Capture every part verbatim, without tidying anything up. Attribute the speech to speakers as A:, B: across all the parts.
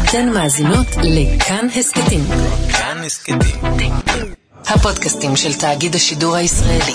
A: אתן מאזינות לכאן הסקטים.
B: כאן הסקטים.
A: הפודקאסטים של תאגיד השידור הישראלי.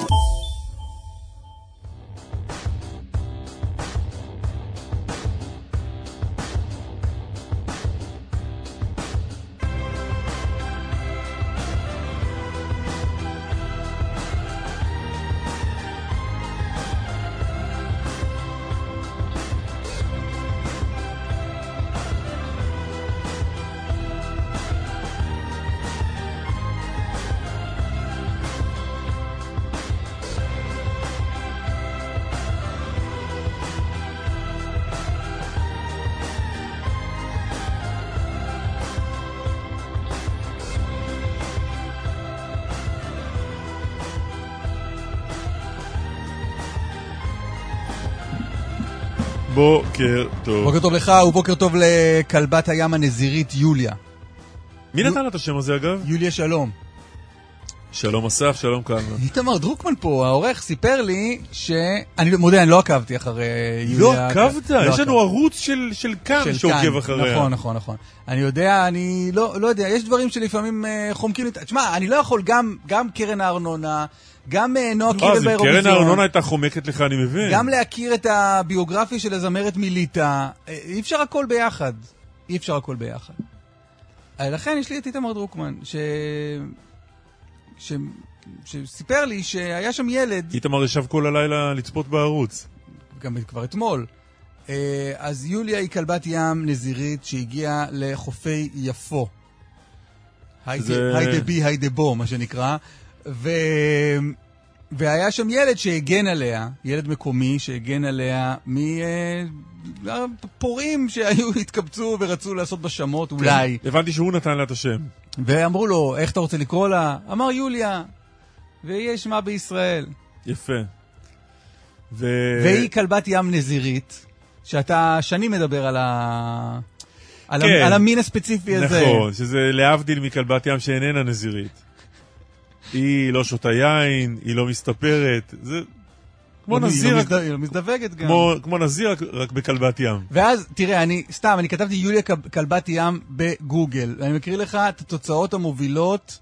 C: בוקר טוב.
D: בוקר טוב לך ובוקר טוב לכלבת הים הנזירית יוליה.
C: מי נתן לה את השם הזה אגב?
D: יוליה שלום.
C: שלום אסף, שלום קלמן.
D: איתמר דרוקמן פה, העורך סיפר לי שאני מודה, אני לא עקבתי אחרי יוליה.
C: לא עקבת? יש לנו ערוץ של כאן שעוקב אחריה.
D: נכון, נכון, נכון. אני יודע, אני לא יודע, יש דברים שלפעמים חומקים לי. תשמע, אני לא יכול גם קרן הארנונה, גם נועה קירל באירוויזיון.
C: קרן הארנונה הייתה חומקת לך, אני מבין.
D: גם להכיר את הביוגרפיה של הזמרת מיליטה. אי אפשר הכל ביחד. אי אפשר הכל ביחד. לכן יש לי את איתמר דרוקמן, ש... ש... שסיפר לי שהיה שם ילד...
C: איתמר ישב כל הלילה לצפות בערוץ.
D: גם כבר אתמול. אז יוליה היא כלבת ים נזירית שהגיעה לחופי יפו.
C: זה...
D: היידה בי, היידה בו, מה שנקרא. ו... והיה שם ילד שהגן עליה, ילד מקומי שהגן עליה מפורעים שהיו, התקבצו ורצו לעשות בשמות, אולי.
C: הבנתי שהוא נתן לה את השם.
D: ואמרו לו, איך אתה רוצה לקרוא לה? אמר יוליה, ויהיה שמה בישראל.
C: יפה. ו...
D: והיא כלבת ים נזירית, שאתה שנים מדבר על, ה... על,
C: כן.
D: ה... על המין הספציפי הזה.
C: נכון, שזה להבדיל מכלבת ים שאיננה נזירית. היא לא שותה יין, היא לא מסתפרת, זה כמו נזיר,
D: היא לא מזדווגת גם.
C: כמו נזיר רק בכלבת ים.
D: ואז, תראה, אני, סתם, אני כתבתי יוליה כלבת ים בגוגל, אני מקריא לך את התוצאות המובילות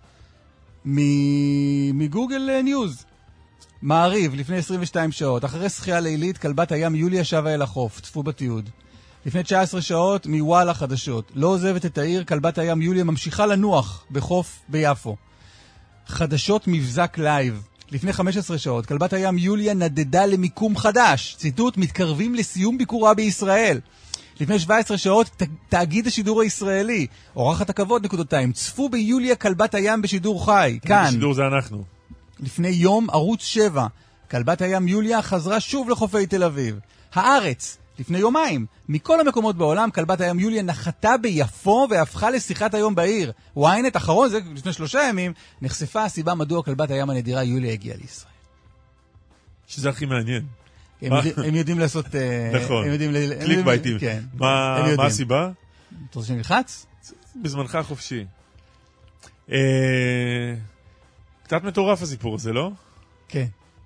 D: מגוגל ניוז. מעריב, לפני עשרים ושתיים שעות, אחרי שחייה לילית, כלבת הים יוליה שבה אל החוף, צפו בתיעוד. לפני תשע עשרה שעות, מוואלה חדשות, לא עוזבת את העיר, כלבת הים יוליה ממשיכה לנוח בחוף ביפו. חדשות מבזק לייב. לפני חמש עשרה שעות, כלבת הים יוליה נדדה למיקום חדש. ציטוט, מתקרבים לסיום ביקורה בישראל. לפני שבע עשרה שעות, ת, תאגיד השידור הישראלי. אורחת הכבוד נקודותיים. צפו ביוליה כלבת הים בשידור חי. כאן.
C: בשידור זה אנחנו.
D: לפני יום, ערוץ שבע. כלבת הים יוליה חזרה שוב לחופי תל אביב. הארץ. לפני יומיים, מכל המקומות בעולם, כלבת הים יוליה נחתה ביפו והפכה לשיחת היום בעיר. וויינט אחרון, זה לפני שלושה ימים, נחשפה הסיבה מדוע כלבת הים הנדירה יוליה הגיעה לישראל.
C: שזה הכי מעניין.
D: הם, יודעים, הם יודעים לעשות...
C: נכון,
D: הם יודעים,
C: קליק בייטים.
D: כן.
C: מה, מה הסיבה?
D: אתה רוצה שנלחץ?
C: בזמנך החופשי. אה, קצת מטורף הסיפור הזה, לא?
D: כן.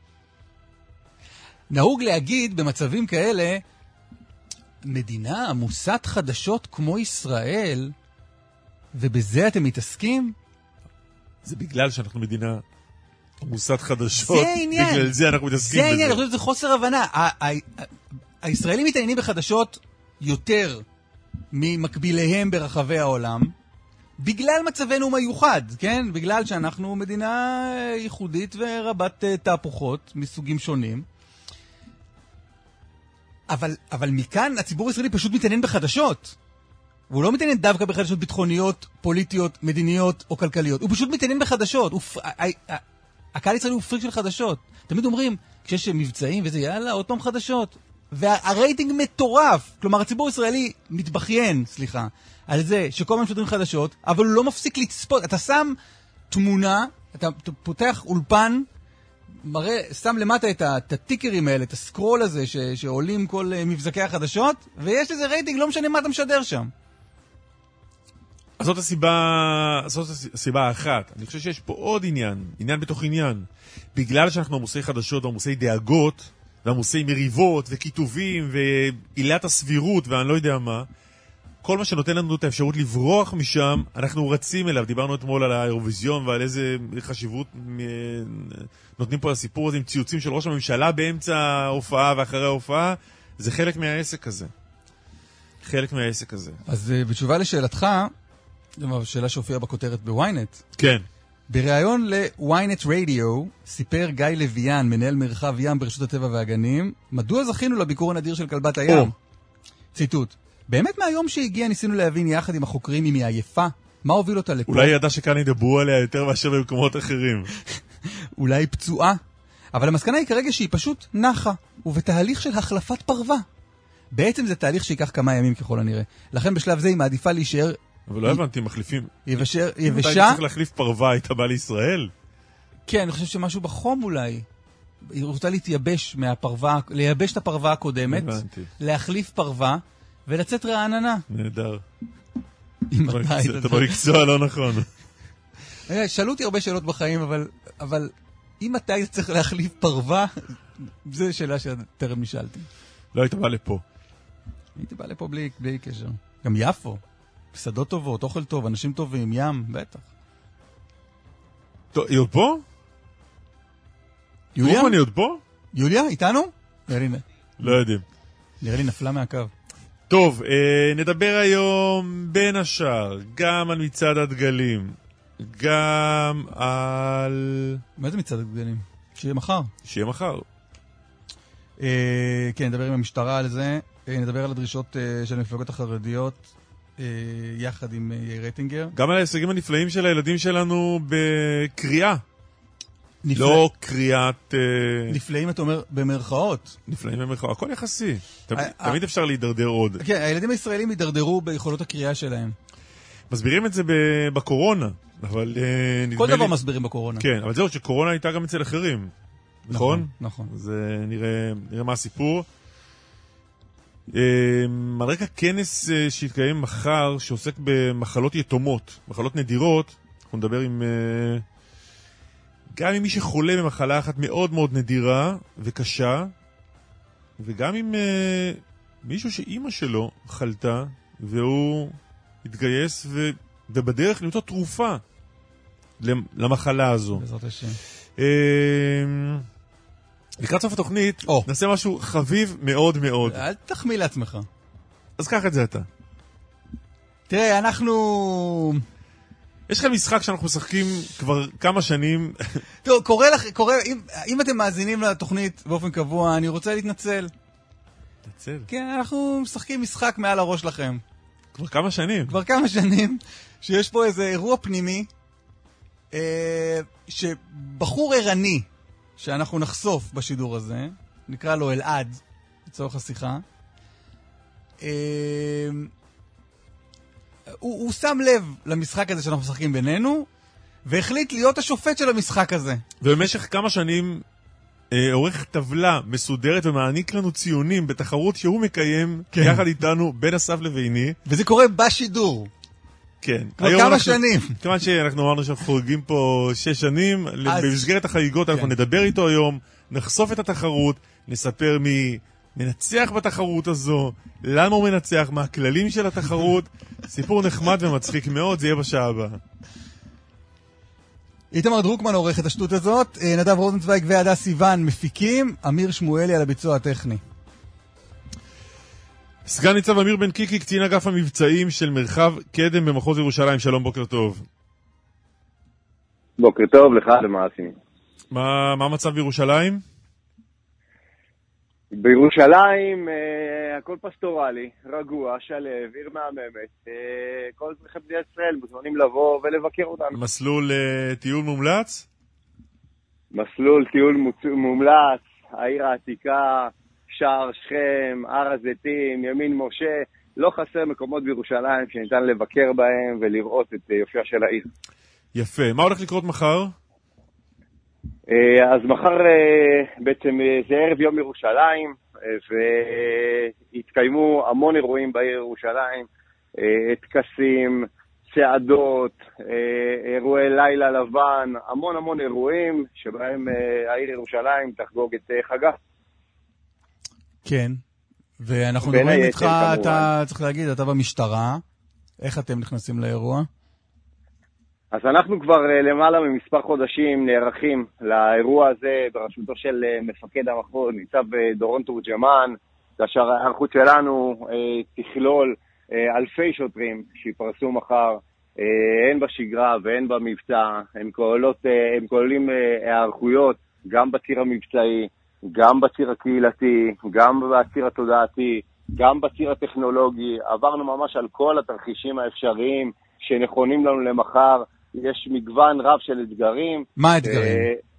D: נהוג להגיד במצבים כאלה, מדינה עמוסת חדשות כמו ישראל, ובזה אתם מתעסקים?
C: זה בגלל שאנחנו מדינה עמוסת חדשות.
D: זה העניין.
C: בגלל זה אנחנו מתעסקים
D: בזה.
C: בזה.
D: זה העניין, אני חושב שזה חוסר הבנה. הישראלים מתעניינים בחדשות יותר ממקביליהם ברחבי העולם, בגלל מצבנו מיוחד, כן? בגלל שאנחנו מדינה ייחודית ורבת תהפוכות מסוגים שונים. אבל, אבל מכאן הציבור הישראלי פשוט מתעניין בחדשות. והוא לא מתעניין דווקא בחדשות ביטחוניות, פוליטיות, מדיניות או כלכליות. הוא פשוט מתעניין בחדשות. הוא, הקהל הישראלי הוא פריק של חדשות. תמיד אומרים, כשיש מבצעים וזה, יאללה, עוד פעם חדשות. והרייטינג מטורף. כלומר, הציבור הישראלי מתבכיין, סליחה, על זה שכל פעם שודרים חדשות, אבל הוא לא מפסיק לצפות. אתה שם תמונה, אתה פותח אולפן, מראה, שם למטה את הטיקרים האלה, את הסקרול הזה ש, שעולים כל מבזקי החדשות, ויש לזה רייטינג, לא משנה מה אתה משדר שם.
C: אז זאת הסיבה, זאת הסיבה האחת. אני חושב שיש פה עוד עניין, עניין בתוך עניין. בגלל שאנחנו עמוסי חדשות ועמוסי דאגות, ועמוסי מריבות וכיתובים ועילת הסבירות ואני לא יודע מה, כל מה שנותן לנו את האפשרות לברוח משם, אנחנו רצים אליו. דיברנו אתמול על האירוויזיון ועל איזה חשיבות נותנים פה לסיפור הזה עם ציוצים של ראש הממשלה באמצע ההופעה ואחרי ההופעה. זה חלק מהעסק הזה. חלק מהעסק הזה.
D: אז בתשובה לשאלתך, זו שאלה שהופיעה בכותרת בוויינט.
C: כן.
D: בריאיון ל-Ynet Radio סיפר גיא לויאן, מנהל מרחב ים ברשות הטבע והגנים, מדוע זכינו לביקור הנדיר של כלבת הים. ציטוט: באמת מהיום שהגיע ניסינו להבין יחד עם החוקרים אם היא עייפה, מה הוביל אותה לפה.
C: אולי ידע שכאן ידברו עליה יותר מאשר במקומות אחרים.
D: אולי פצועה. אבל המסקנה היא כרגע שהיא פשוט נחה, ובתהליך של החלפת פרווה. בעצם זה תהליך שיקח כמה ימים ככל הנראה. לכן בשלב זה היא מעדיפה להישאר...
C: אבל לא הבנתי, מחליפים...
D: יבשה...
C: מתי צריך להחליף פרווה, הייתה באה לישראל?
D: כן, אני חושב שמשהו בחום אולי. היא רוצה להתייבש מהפרווה, לייבש את הפרווה הקודמת,
C: הבנתי.
D: להחליף פרווה, ולצאת רעננה.
C: נהדר.
D: אתה
C: במקצוע לא נכון.
D: שאלו אותי הרבה שאלות בחיים, אבל, אבל אם אתה היית צריך להחליף פרווה, זו שאלה שטרם נשאלתי.
C: לא היית בא לפה.
D: הייתי בא לפה בלי, בלי קשר. גם יפו. מסעדות טובות, אוכל טוב, אנשים טובים, ים, בטח.
C: טוב, היא עוד פה?
D: יוליה?
C: אני עוד פה?
D: יוליה, איתנו? נראה לי,
C: לא יודעים.
D: נראה לי נפלה מהקו.
C: טוב, אה, נדבר היום בין השאר גם על מצעד הדגלים, גם על...
D: מה זה מצעד הדגלים? שיהיה מחר.
C: שיהיה מחר.
D: אה, כן, נדבר עם המשטרה על זה, אה, נדבר על הדרישות אה, של המפלגות החרדיות, אה, יחד עם אה, יאיר רטינגר.
C: גם על ההישגים הנפלאים של הילדים שלנו בקריאה.
D: נפלא...
C: לא קריאת...
D: נפלאים, אתה אומר, במרכאות.
C: נפלאים במרכאות, הכל יחסי. תמיד,
D: ה-
C: תמיד אפשר להידרדר עוד.
D: כן, הילדים הישראלים הידרדרו ביכולות הקריאה שלהם.
C: מסבירים את זה ב- בקורונה, אבל אה, נדמה
D: כל
C: לי...
D: דבר מסבירים בקורונה.
C: כן, אבל זהו, שקורונה הייתה גם אצל אחרים. נכון?
D: נכון.
C: אז אה, נראה, נראה מה הסיפור. אה, על רקע כנס אה, שיתקיים מחר, שעוסק במחלות יתומות, מחלות נדירות, אנחנו נדבר עם... אה, גם עם מי שחולה במחלה אחת מאוד מאוד נדירה וקשה, וגם עם uh, מישהו שאימא שלו חלתה, והוא התגייס ו... ובדרך למצוא תרופה למחלה הזו.
D: בעזרת השם.
C: Uh, לקראת סוף התוכנית,
D: oh.
C: נעשה משהו חביב מאוד מאוד.
D: אל תחמיא לעצמך.
C: אז קח את זה אתה.
D: תראה, אנחנו...
C: יש לכם משחק שאנחנו משחקים כבר כמה שנים.
D: טוב, קורא לך, קורא, אם, אם אתם מאזינים לתוכנית באופן קבוע, אני רוצה להתנצל.
C: תנצל.
D: כן, אנחנו משחקים משחק מעל הראש שלכם.
C: כבר כמה שנים.
D: כבר כמה שנים, שיש פה איזה אירוע פנימי, אה, שבחור ערני, שאנחנו נחשוף בשידור הזה, נקרא לו אלעד, לצורך השיחה, אה, הוא, הוא שם לב למשחק הזה שאנחנו משחקים בינינו, והחליט להיות השופט של המשחק הזה.
C: ובמשך כמה שנים אה, עורך טבלה מסודרת ומעניק לנו ציונים בתחרות שהוא מקיים כן. יחד איתנו בין אסף לביני.
D: וזה קורה בשידור.
C: כן.
D: כבר כמה אנחנו, שנים.
C: כיוון שאנחנו אמרנו שאנחנו חורגים פה שש שנים, אז... במסגרת החגיגות כן. אנחנו נדבר איתו היום, נחשוף את התחרות, נספר מי... מנצח בתחרות הזו, למה הוא מנצח, מה הכללים של התחרות, סיפור נחמד ומצחיק מאוד, זה יהיה בשעה הבאה.
D: איתמר דרוקמן עורך את השטות הזאת, נדב רוזנצוויג ועדה סיוון מפיקים, אמיר שמואלי על הביצוע הטכני.
C: סגן ניצב אמיר בן קיקי, קצין אגף המבצעים של מרחב קדם במחוז ירושלים, שלום, בוקר טוב.
E: בוקר טוב, לך למעשים.
C: מה, מה המצב בירושלים?
E: בירושלים אה, הכל פסטורלי, רגוע, שלב, עיר מהממת. אה, כל אזרחי מדינת ישראל מוזמנים לבוא ולבקר אותנו.
C: מסלול אה, טיול מומלץ?
E: מסלול טיול מוצ... מומלץ, העיר העתיקה, שער שכם, הר הזיתים, ימין משה. לא חסר מקומות בירושלים שניתן לבקר בהם ולראות את יופייה של העיר.
C: יפה. מה הולך לקרות מחר?
E: אז מחר בעצם זה ערב יום ירושלים, והתקיימו המון אירועים בעיר ירושלים, טקסים, צעדות, אירועי לילה לבן, המון המון אירועים שבהם העיר ירושלים תחגוג את חגה.
D: כן, ואנחנו מדברים איתך, אתה צריך להגיד, אתה במשטרה, איך אתם נכנסים לאירוע?
E: אז אנחנו כבר למעלה ממספר חודשים נערכים לאירוע הזה בראשותו של מפקד המחוז, ניצב דורון תורג'מן, כאשר הערכות שלנו תכלול אלפי שוטרים שיפרסו מחר, הן בשגרה והן במבצע. הם כוללות, הם כוללים הערכויות גם בציר המבצעי, גם בציר הקהילתי, גם בציר התודעתי, גם בציר הטכנולוגי. עברנו ממש על כל התרחישים האפשריים שנכונים לנו למחר. יש מגוון רב של אתגרים.
D: מה האתגרים?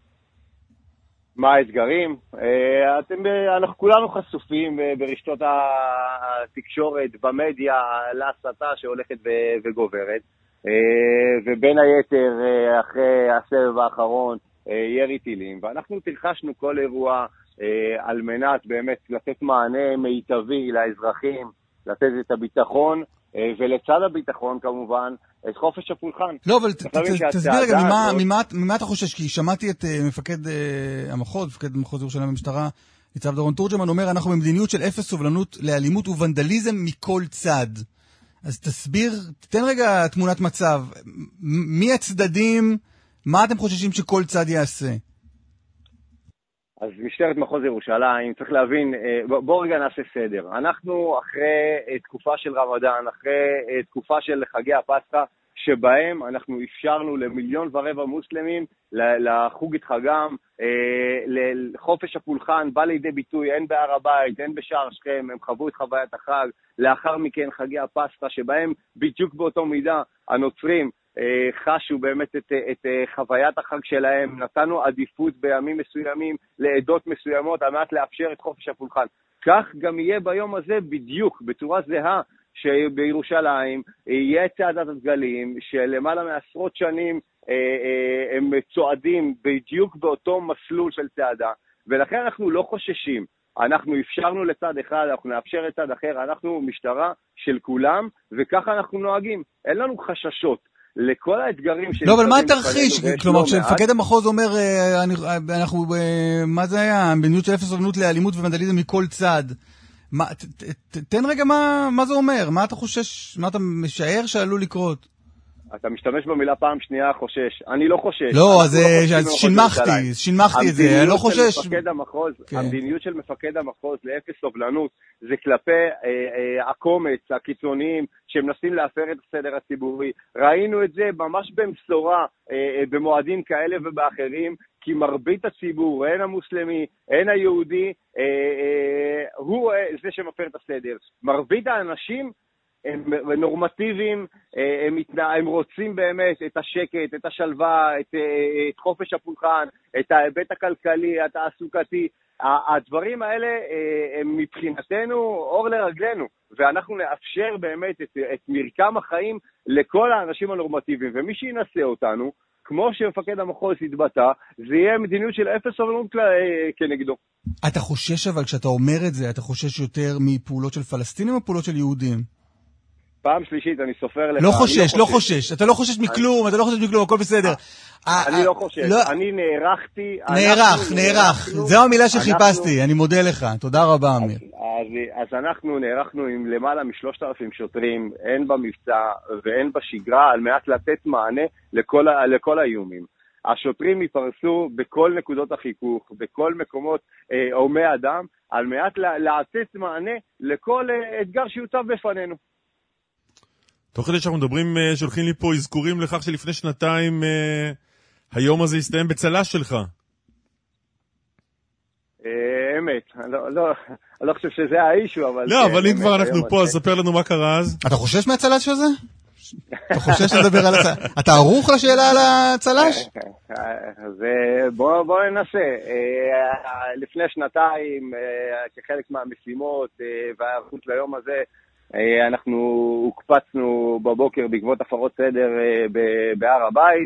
E: מה האתגרים? אתם, אנחנו כולנו חשופים ברשתות התקשורת, במדיה, להסתה שהולכת וגוברת. ובין היתר, אחרי הסבב האחרון, ירי טילים. ואנחנו תרחשנו כל אירוע על מנת באמת לתת מענה מיטבי לאזרחים, לתת את הביטחון, ולצד הביטחון כמובן, את חופש הפולחן.
D: לא, אבל תסביר רגע, ממה אתה חושש? כי שמעתי את מפקד המחוז, מפקד המחוז ירושלים במשטרה, ניצב דורון תורג'מן, אומר, אנחנו במדיניות של אפס סובלנות לאלימות וונדליזם מכל צד. אז תסביר, תתן רגע תמונת מצב. מי הצדדים, מה אתם חוששים שכל צד יעשה?
E: אז משטרת מחוז ירושלים, צריך להבין, בוא רגע נעשה סדר. אנחנו אחרי תקופה של רמדאן, אחרי תקופה של חגי הפסחא, שבהם אנחנו אפשרנו למיליון ורבע מוסלמים לחוג את חגם, לחופש הפולחן בא לידי ביטוי, הן בהר הבית, הן בשער שכם, הם חוו את חוויית החג, לאחר מכן חגי הפסחא, שבהם בדיוק באותו מידה הנוצרים חשו באמת את, את חוויית החג שלהם, נתנו עדיפות בימים מסוימים לעדות מסוימות על מנת לאפשר את חופש הפולחן. כך גם יהיה ביום הזה בדיוק, בצורה זהה, שבירושלים יהיה צעדת הדגלים, שלמעלה מעשרות שנים אה, אה, הם צועדים בדיוק באותו מסלול של צעדה, ולכן אנחנו לא חוששים. אנחנו אפשרנו לצד אחד, אנחנו נאפשר לצד אחר, אנחנו משטרה של כולם, וככה אנחנו נוהגים. אין לנו חששות. לכל האתגרים...
D: לא, אבל מה תרחיש? כלומר, כשמפקד המחוז אומר, אנחנו, מה זה היה? מדיניות של אפס סובלנות לאלימות וונדליזם מכל צד. תן רגע מה זה אומר, מה אתה חושש, מה אתה משער שעלול לקרות?
E: אתה משתמש במילה פעם שנייה חושש. אני לא חושש.
D: לא, אז שינמכתי, שינמכתי את זה, אני לא חושש.
E: המדיניות של מפקד המחוז לאפס סובלנות זה כלפי הקומץ, הקיצוניים, שמנסים להפר את הסדר הציבורי. ראינו את זה ממש במשורה, במועדים כאלה ובאחרים, כי מרבית הציבור, הן המוסלמי, הן היהודי, הוא זה שמפר את הסדר. מרבית האנשים הם נורמטיביים, הם, הם רוצים באמת את השקט, את השלווה, את, את חופש הפולחן, את ההיבט הכלכלי, התעסוקתי. הדברים האלה הם מבחינתנו אור לרגלנו, ואנחנו נאפשר באמת את, את מרקם החיים לכל האנשים הנורמטיביים, ומי שינסה אותנו, כמו שמפקד המחוז התבטא, זה יהיה מדיניות של אפס סובלנות כנגדו.
D: אתה חושש אבל כשאתה אומר את זה, אתה חושש יותר מפעולות של פלסטינים או פעולות של יהודים?
E: פעם שלישית, אני סופר לך.
D: לא חושש, לא חושש. אתה לא חושש מכלום, אתה לא חושש מכלום, הכל בסדר.
E: אני לא חושש, אני נערכתי.
D: נערך, נערך. זו המילה שחיפשתי, אני מודה לך. תודה רבה, אמיר.
E: אז אנחנו נערכנו עם למעלה משלושת אלפים שוטרים, הן במבצע והן בשגרה, על מנת לתת מענה לכל האיומים. השוטרים יפרסו בכל נקודות החיכוך, בכל מקומות הומי אדם, על מנת לתת מענה לכל אתגר שיוצב בפנינו.
C: תוך כדי שאנחנו מדברים, שולחים לי פה אזכורים לכך שלפני שנתיים היום הזה הסתיים בצל"ש שלך.
E: אמת, אני לא חושב שזה האישו, אבל...
C: לא, אבל אם כבר אנחנו פה, אז ספר לנו מה קרה אז.
D: אתה חושש מהצל"ש הזה? אתה חושש לדבר על הצל"ש? אתה ערוך לשאלה על הצל"ש?
E: בוא ננסה. לפני שנתיים, כחלק מהמשימות והערכות ליום הזה, אנחנו הוקפצנו בבוקר בעקבות הפרות סדר בהר הבית.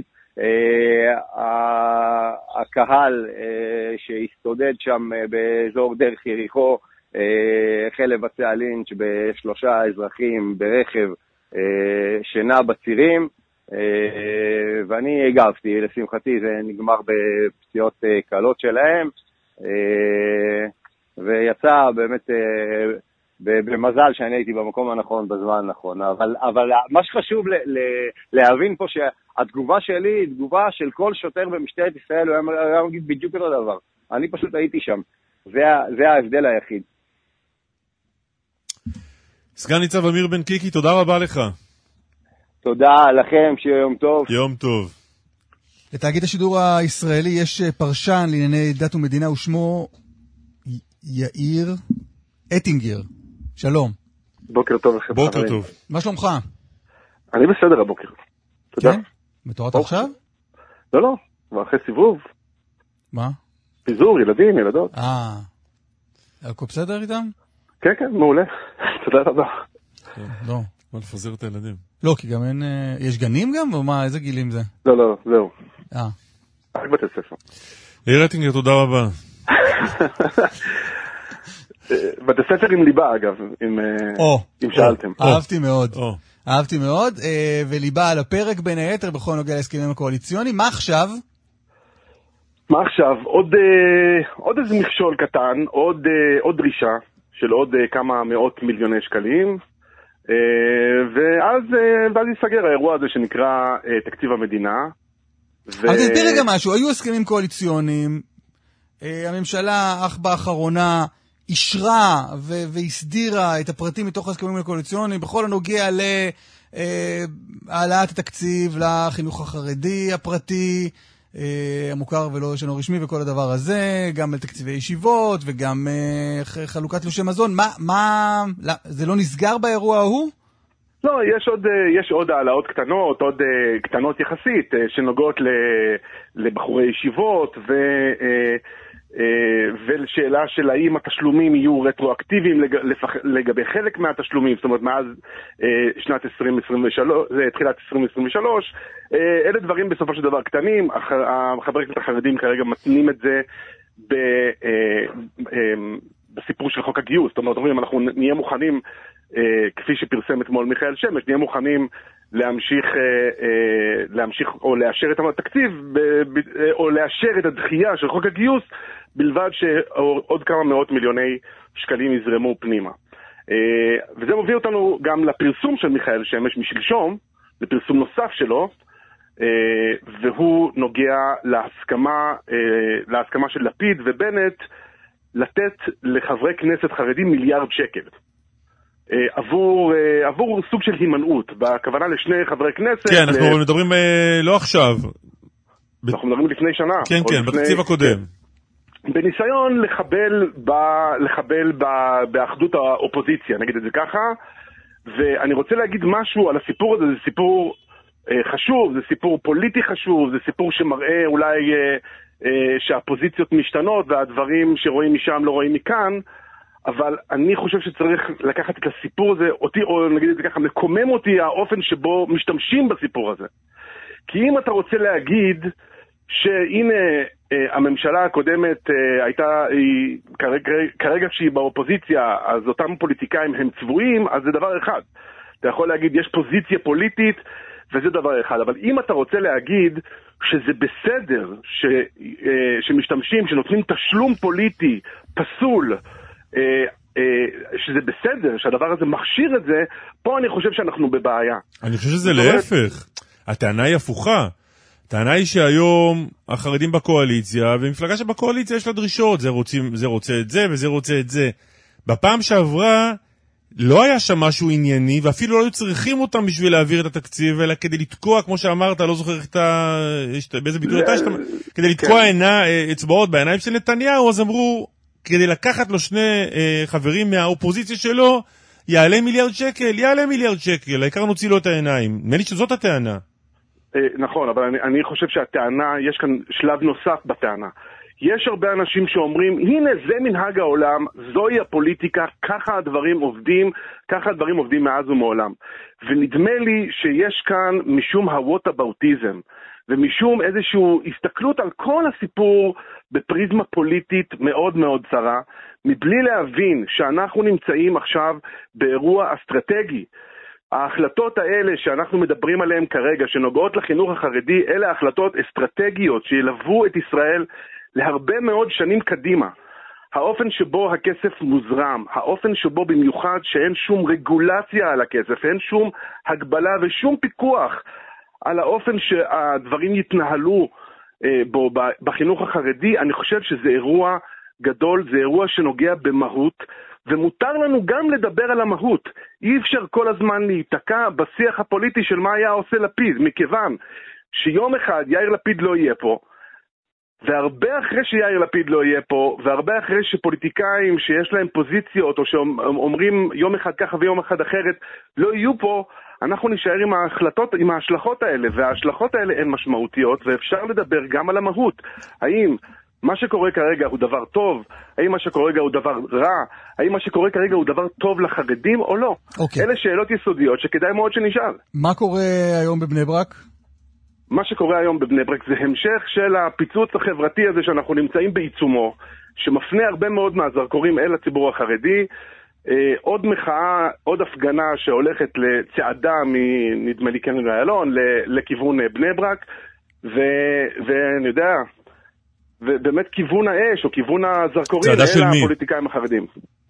E: הקהל שהסתודד שם באזור דרך יריחו החל לבצע לינץ' בשלושה אזרחים ברכב שנע בצירים, ואני הגבתי. לשמחתי זה נגמר בפציעות קלות שלהם, ויצא באמת במזל שאני הייתי במקום הנכון בזמן הנכון, אבל, אבל מה שחשוב ל, ל, להבין פה שהתגובה שלי היא תגובה של כל שוטר במשטרת ישראל, הוא היה מגיד בדיוק אותו דבר. אני פשוט הייתי שם. זה, זה ההבדל היחיד.
C: סגן ניצב אמיר בן קיקי, תודה רבה לך.
E: תודה לכם, שיהיה יום טוב.
C: יום טוב.
D: לתאגיד השידור הישראלי יש פרשן לענייני דת ומדינה, ושמו יאיר אטינגר. שלום.
F: בוקר טוב לכם.
C: בוקר טוב.
D: מה שלומך?
F: אני בסדר הבוקר. תודה.
D: כן? מתעוררת עכשיו?
F: לא, לא. כבר אחרי סיבוב.
D: מה?
F: פיזור, ילדים, ילדות.
D: אה. הכל בסדר איתם?
F: כן, כן, מעולה. תודה רבה.
D: לא.
C: מה לפזר את הילדים?
D: לא, כי גם אין... יש גנים גם? או מה, איזה גילים זה?
F: לא, לא, זהו.
D: אה.
F: רק בתי ספר.
C: יאיר אטינגר, תודה רבה.
F: בתי ספר עם ליבה, אגב, אם שאלתם.
D: אהבתי מאוד. אהבתי מאוד, וליבה על הפרק בין היתר בכל נוגע להסכמים הקואליציוניים. מה עכשיו?
F: מה עכשיו? עוד, עוד איזה מכשול קטן, עוד, עוד דרישה של עוד כמה מאות מיליוני שקלים, ואז, ואז ייסגר האירוע הזה שנקרא תקציב המדינה.
D: אבל תסביר רגע משהו, היו הסכמים קואליציוניים, הממשלה אך באחרונה אישרה והסדירה את הפרטים מתוך הסכמים הקואליציוניים בכל הנוגע להעלאת התקציב לחינוך החרדי הפרטי, המוכר ולא שאינו רשמי וכל הדבר הזה, גם על תקציבי ישיבות וגם חלוקת תלושי מזון. מה, מה, זה לא נסגר באירוע ההוא?
F: לא, יש עוד, יש עוד העלאות קטנות, עוד קטנות יחסית, שנוגעות לבחורי ישיבות, ו, ולשאלה של האם התשלומים יהיו רטרואקטיביים לגבי חלק מהתשלומים, זאת אומרת, מאז שנת עשרים עשרים ושלוש, תחילת עשרים עשרים ושלוש, אלה דברים בסופו של דבר קטנים, החברי הכנסת החרדים כרגע מתנים את זה ב... בסיפור של חוק הגיוס, זאת אומרת, אומרים, אנחנו נהיה מוכנים, אה, כפי שפרסם אתמול מיכאל שמש, נהיה מוכנים להמשיך, אה, אה, להמשיך או לאשר את התקציב, ב, ב, או לאשר את הדחייה של חוק הגיוס, בלבד שעוד כמה מאות מיליוני שקלים יזרמו פנימה. אה, וזה מוביל אותנו גם לפרסום של מיכאל שמש משלשום, לפרסום נוסף שלו, אה, והוא נוגע להסכמה, אה, להסכמה של לפיד ובנט, לתת לחברי כנסת חרדים מיליארד שקל. עבור, עבור סוג של הימנעות, בכוונה לשני חברי כנסת.
C: כן, אנחנו מדברים לא עכשיו.
F: אנחנו מדברים לפני שנה.
C: כן, כן, בתקציב הקודם.
F: בניסיון לחבל, לחבל באחדות האופוזיציה, נגיד את זה ככה, ואני רוצה להגיד משהו על הסיפור הזה, זה סיפור חשוב, זה סיפור פוליטי חשוב, זה סיפור שמראה אולי שהפוזיציות משתנות והדברים שרואים משם לא רואים מכאן, אבל אני חושב שצריך לקחת את הסיפור הזה, אותי, או נגיד את זה ככה, מקומם אותי האופן שבו משתמשים בסיפור הזה. כי אם אתה רוצה להגיד שהנה הממשלה הקודמת הייתה, היא, כרגע, כרגע שהיא באופוזיציה, אז אותם פוליטיקאים הם צבועים, אז זה דבר אחד. אתה יכול להגיד, יש פוזיציה פוליטית, וזה דבר אחד. אבל אם אתה רוצה להגיד שזה בסדר ש, שמשתמשים, שנותנים תשלום פוליטי פסול, שזה בסדר, שהדבר הזה מכשיר את זה, פה אני חושב שאנחנו בבעיה.
C: אני חושב שזה להפך. הטענה היא הפוכה. הטענה היא שהיום החרדים בקואליציה, ומפלגה שבקואליציה יש לה דרישות, זה, רוצים, זה רוצה את זה וזה רוצה את זה. בפעם שעברה לא היה שם משהו ענייני, ואפילו לא היו צריכים אותם בשביל להעביר את התקציב, אלא כדי לתקוע, כמו שאמרת, לא זוכר באיזה ביטוי אתה, כדי לתקוע אצבעות בעיניים של נתניהו, אז אמרו, כדי לקחת לו שני חברים מהאופוזיציה שלו, יעלה מיליארד שקל, יעלה מיליארד שקל, העיקר נוציא לו את העיניים. נראה לי שזאת הטענה.
F: נכון, אבל אני, אני חושב שהטענה, יש כאן שלב נוסף בטענה. יש הרבה אנשים שאומרים, הנה זה מנהג העולם, זוהי הפוליטיקה, ככה הדברים עובדים, ככה הדברים עובדים מאז ומעולם. ונדמה לי שיש כאן משום הווטאבאוטיזם, ומשום איזושהי הסתכלות על כל הסיפור בפריזמה פוליטית מאוד מאוד צרה, מבלי להבין שאנחנו נמצאים עכשיו באירוע אסטרטגי. ההחלטות האלה שאנחנו מדברים עליהן כרגע, שנוגעות לחינוך החרדי, אלה החלטות אסטרטגיות שילוו את ישראל להרבה מאוד שנים קדימה. האופן שבו הכסף מוזרם, האופן שבו במיוחד שאין שום רגולציה על הכסף, אין שום הגבלה ושום פיקוח על האופן שהדברים יתנהלו אה, בו בחינוך החרדי, אני חושב שזה אירוע גדול, זה אירוע שנוגע במהות, ומותר לנו גם לדבר על המהות. אי אפשר כל הזמן להיתקע בשיח הפוליטי של מה היה עושה לפיד, מכיוון שיום אחד יאיר לפיד לא יהיה פה, והרבה אחרי שיאיר לפיד לא יהיה פה, והרבה אחרי שפוליטיקאים שיש להם פוזיציות, או שאומרים יום אחד ככה ויום אחד אחרת, לא יהיו פה, אנחנו נשאר עם ההחלטות, עם ההשלכות האלה, וההשלכות האלה הן משמעותיות, ואפשר לדבר גם על המהות. האם מה שקורה כרגע הוא דבר טוב? האם מה שקורה כרגע הוא דבר רע? האם מה שקורה כרגע הוא דבר טוב לחרדים או לא?
D: אוקיי.
F: אלה שאלות יסודיות שכדאי מאוד שנשאל.
D: מה קורה היום בבני ברק?
F: מה שקורה היום בבני ברק זה המשך של הפיצוץ החברתי הזה שאנחנו נמצאים בעיצומו, שמפנה הרבה מאוד מהזרקורים אל הציבור החרדי. אה, עוד מחאה, עוד הפגנה שהולכת לצעדה מנדמה לי קניון איילון לכיוון בני ברק, ו- ואני יודע, ובאמת כיוון האש או כיוון הזרקורים אל הפוליטיקאים החרדים.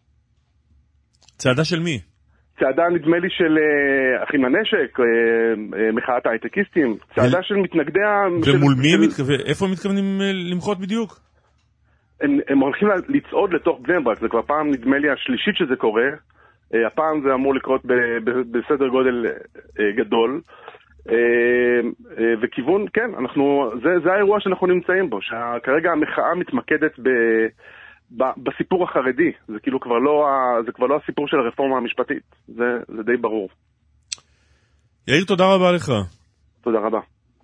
C: צעדה של מי?
F: צעדה נדמה לי של uh, אחים לנשק, uh, uh, מחאת ההייטקיסטים, צעדה ו... של מתנגדי...
C: ומול
F: של...
C: מי
F: של...
C: מתכוון? איפה הם מתכוונים למחות בדיוק?
F: הם, הם הולכים לצעוד לתוך בני ברק, זה כבר פעם נדמה לי השלישית שזה קורה, uh, הפעם זה אמור לקרות ב, ב, בסדר גודל uh, גדול, uh, uh, וכיוון, כן, אנחנו, זה, זה האירוע שאנחנו נמצאים בו, שכרגע המחאה מתמקדת ב... בסיפור החרדי, זה כאילו כבר לא, זה כבר לא הסיפור של הרפורמה המשפטית, זה, זה די ברור.
C: יאיר, תודה רבה לך.
F: תודה רבה.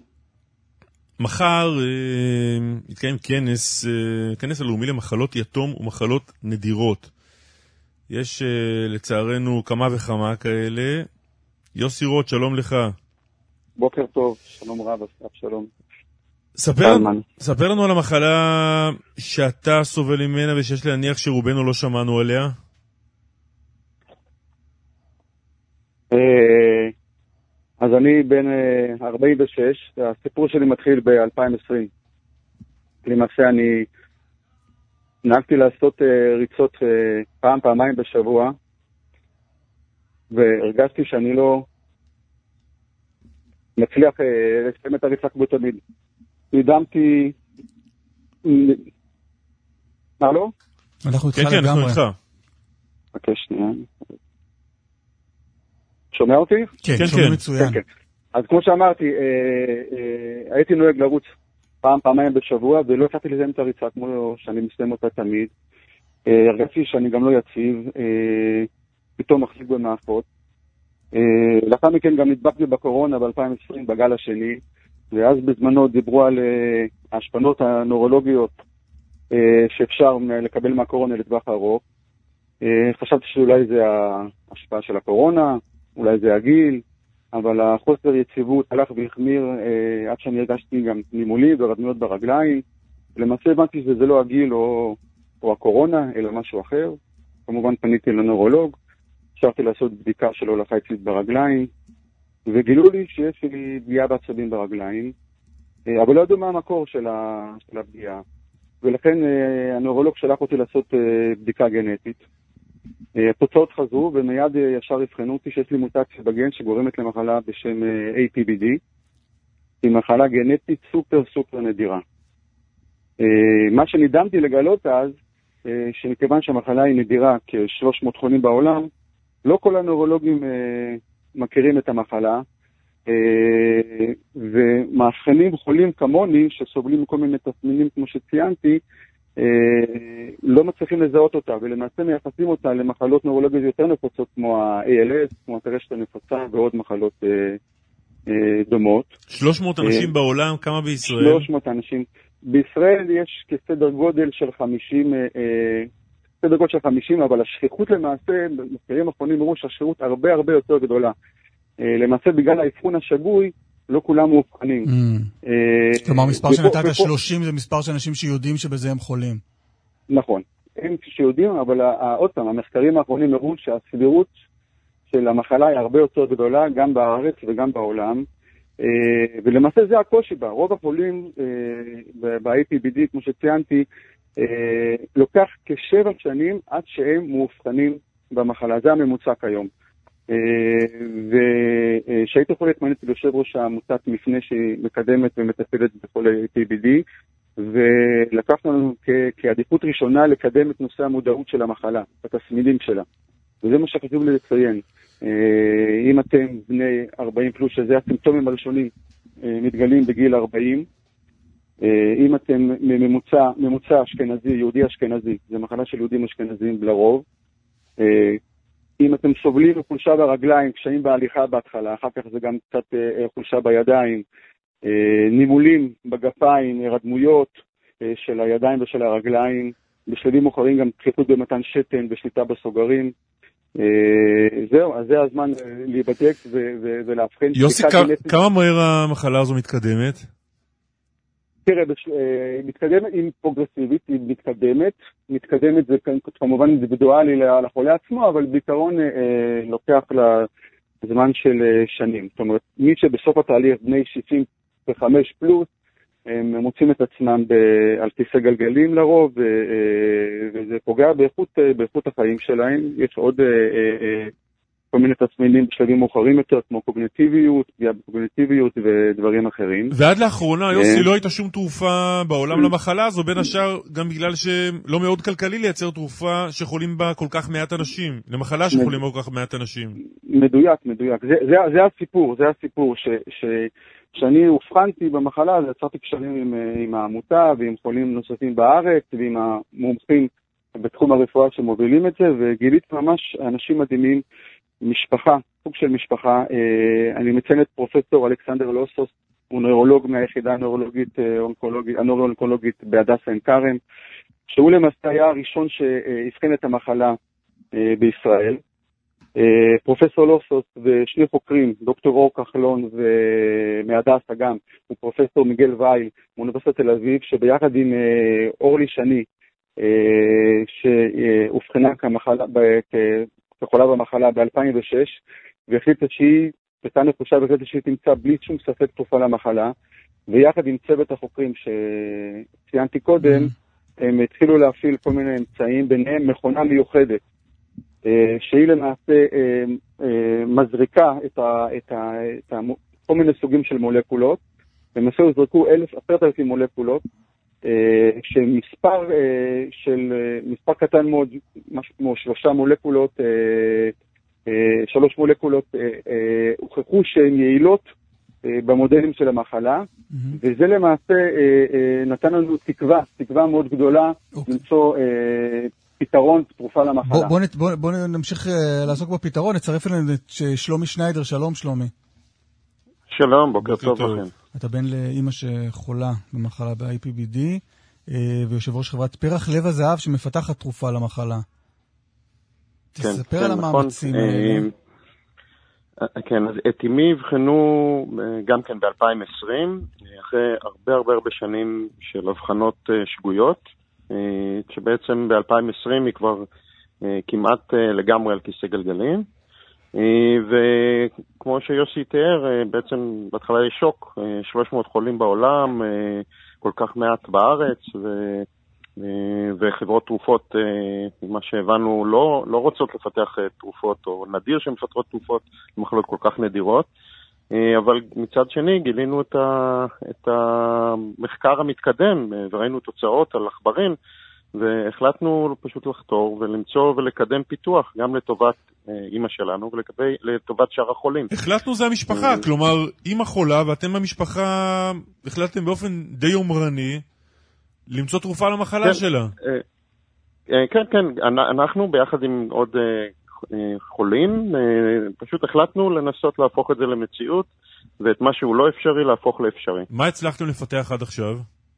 C: מחר אה, יתקיים כנס, אה, כנס הלאומי למחלות יתום ומחלות נדירות. יש אה, לצערנו כמה וכמה כאלה. יוסי רוט, שלום לך.
G: בוקר טוב, שלום רב, אסף, שלום.
C: ספר, ספר לנו על המחלה שאתה סובל ממנה ושיש להניח שרובנו לא שמענו עליה.
G: אז אני בן ארבעים ושש, הסיפור שלי מתחיל ב-אלפיים ועשרים. למעשה אני נהגתי לעשות ריצות פעם, פעמיים בשבוע, והרגשתי שאני לא מצליח לסיים את הריצה כמו תמיד. נדמתי... מה לא?
D: אנחנו איתך
C: לגמרי. כן, כן, אנחנו איתך.
G: אוקיי, שנייה. שומע אותי?
D: כן, שומע מצוין.
G: אז כמו שאמרתי, הייתי נוהג לרוץ פעם, פעמיים בשבוע, ולא הצלחתי לסיים את הריצה כמו שאני מסיים אותה תמיד. הרגשתי שאני גם לא יציב, פתאום מחזיק במעפות. לאחר מכן גם נדבקתי בקורונה ב-אלפיים ועשרים בגל השני, ואז בזמנו דיברו על ההשפעות הנוירולוגיות שאפשר לקבל מהקורונה לטווח ארוך. חשבתי שאולי זה ההשפעה של הקורונה, אולי זה הגיל, אבל החוסר יציבות הלך והחמיר עד שאני הרגשתי גם נימולים ורדמיות ברגליים. למעשה הבנתי שזה לא הגיל או, או הקורונה, אלא משהו אחר. כמובן פניתי לנוירולוג, אפשרתי לעשות בדיקה של הולכה אצלית ברגליים, וגילו לי שיש לי פגיעה בעצבים ברגליים, אבל לא ידעו מה המקור של, ה, של הפגיעה. ולכן הנוירולוג שלח אותי לעשות בדיקה גנטית. התוצאות חזרו, ומיד ישר הבחנו אותי שיש לי מוטציה בגן שגורמת למחלה בשם איי פי בי די. היא מחלה גנטית סופר סופר נדירה. מה שנדהמתי לגלות אז, שמכיוון שהמחלה היא נדירה כ-שלוש מאות חולים בעולם, לא כל הנוירולוגים מכירים את המחלה, ומאבחנים חולים כמוני שסובלים מכל מיני תסמינים כמו שציינתי, לא מצליחים לזהות אותה, ולמעשה מייחסים אותה למחלות נוירולוגיות יותר נפוצות כמו ה-איי אל אס, כמו הטרשת הנפוצה ועוד מחלות דומות.
C: שלוש מאות אנשים בעולם, כמה בישראל?
G: שלוש מאות אנשים. בישראל יש כסדר גודל של חמישים, סדר גודל של חמישים, אבל השכיחות למעשה, במחקרים האחרונים הראו שהשכיחות הרבה הרבה יותר גדולה. למעשה בגלל האבחון השגוי, לא כולם מאובחנים.
D: כלומר, מספר שנתת שלושים זה מספר של אנשים שיודעים שבזה הם חולים.
G: נכון, הם שיודעים, אבל עוד פעם, המחקרים האחרונים הראו שהסבירות של המחלה היא הרבה יותר גדולה, גם בארץ וגם בעולם, ולמעשה זה הקושי בה. רוב החולים ב-איי פי בי די, כמו שציינתי, אה, לוקח כשבע שנים עד שהם מאובחנים במחלה. זה הממוצע כיום. ושהייתי יכול להתמנות ליושב ראש העמותת מפנה שהיא מקדמת ומטפלת בחולי פי בי די, ולקחנו לנו כעדיפות ראשונה לקדם את נושא המודעות של המחלה, התסמינים שלה. וזה מה שחשוב לי לציין. אם אתם בני ארבעים פלוס, שזה הסימפטומים הראשונים, מתגלים בגיל ארבעים, אם אתם ממוצע, ממוצע אשכנזי, יהודי אשכנזי, זה מחלה של יהודים אשכנזיים לרוב, אם אתם סובלים חולשה ברגליים, קשיים בהליכה בהתחלה, אחר כך זה גם קצת חולשה בידיים, נימולים בגפיים, הרדמויות של הידיים ושל הרגליים, בשלבים מאוחרים גם דחיפות במתן שתן ושליטה בסוגרים. זהו, אז זה הזמן להיבדק ולהבחן.
C: יוסי, כמה מהר המחלה הזו מתקדמת?
G: תראה, היא מתקדמת, היא פרוגרסיבית, היא מתקדמת, מתקדמת זה כמובן אינדיבידואלי לחולה עצמו, אבל בעיקרון לוקח לזמן של שנים. זאת אומרת, מי שבסוף התהליך בני שישים וחמש פלוס, הם מוצאים את עצמם על כיסא גלגלים לרוב, וזה פוגע באיכות, באיכות החיים שלהם. יש עוד כל מיני תסמינים בשלבים מאוחרים יותר, כמו קוגניטיביות, פגיעה בקוגניטיביות ודברים אחרים.
C: ועד לאחרונה, יוסי, לא הייתה שום תרופה בעולם למחלה הזו, בין השאר גם בגלל שלא מאוד כלכלי לייצר תרופה שחולים בה כל כך מעט אנשים, למחלה שחולים בה כל כך מעט אנשים.
G: מדויק, מדויק. זה, זה, זה הסיפור, זה הסיפור ש, ש, שאני הופכנתי במחלה, אז יצרתי קשרים עם, עם העמותה ועם חולים נוספים בארץ ועם המומחים בתחום הרפואה שמובילים את זה, וגיליתי ממש אנשים מדהימים, משפחה, סוג של משפחה. אני מציין את פרופסור אלכסנדר לוסוס, הוא נוירולוג מהיחידה הנוירולוגית הנוירו-אונקולוגית בהדסה עין כרם, שהוא למעשה היה הראשון שהבחין את המחלה בישראל. פרופסור לוסוס ושני חוקרים, דוקטור אור כחלון ומהדסה גם, הוא פרופסור מיגל וייל מאוניברסיטת תל אביב, שביחד עם אורלי שני, שהובחנה כמחלה, כחולה במחלה ב-אלפיים ושש, והחליטה שהיא, הייתה נחושה והחליטה שהיא תמצא בלי שום ספק תרופה למחלה, ויחד עם צוות החוקרים שציינתי קודם, הם התחילו להפעיל כל מיני אמצעים, ביניהם מכונה מיוחדת, שהיא למעשה מזריקה את, ה, את, ה, את ה, כל מיני סוגים של מולקולות, למעשה הוזרקו עשרת אלפים מולקולות, שמספר של מספר קטן מאוד, משהו כמו שלושה מולקולות, שלוש מולקולות הוכחו שהן יעילות במודלים של המחלה, וזה למעשה נתן לנו תקווה, תקווה מאוד גדולה למצוא פתרון, תרופה למחלה.
D: בוא נמשיך לעסוק בפתרון, נצרף אלינו את שלומי שניידר. שלום שלומי.
H: שלום, בוקר טוב לכם.
D: אתה בן לאמא שחולה במחלה ב-איי פי בי די, ויושב ראש חברת פרח לב הזהב שמפתחת תרופה למחלה. תספר על המאמצים האלה.
H: כן, אז את אמי הבחנו גם כן ב-אלפיים ועשרים, אחרי הרבה הרבה הרבה שנים של הבחנות שגויות, שבעצם ב-אלפיים ועשרים היא כבר כמעט לגמרי על כיסא גלגלים. וכמו שיוסי תיאר, בעצם בהתחלה יש שוק, שלוש מאות חולים בעולם, כל כך מעט בארץ, ו... וחברות תרופות, מה שהבנו, לא, לא רוצות לפתח תרופות, או נדיר שהן מפתחות תרופות למחלות כל כך נדירות. אבל מצד שני גילינו את, ה... את המחקר המתקדם, וראינו תוצאות על עכברים, והחלטנו פשוט לחתור ולמצוא ולקדם פיתוח גם לטובת אמא שלנו ולטובת שאר החולים.
C: החלטנו זה המשפחה, כלומר אמא חולה ואתם במשפחה החלטתם באופן די יומרני למצוא תרופה למחלה שלה.
H: כן, כן, אנחנו ביחד עם עוד חולים פשוט החלטנו לנסות להפוך את זה למציאות, ואת מה שהוא לא אפשרי להפוך לאפשרי.
C: מה הצלחתם לפתח עד עכשיו?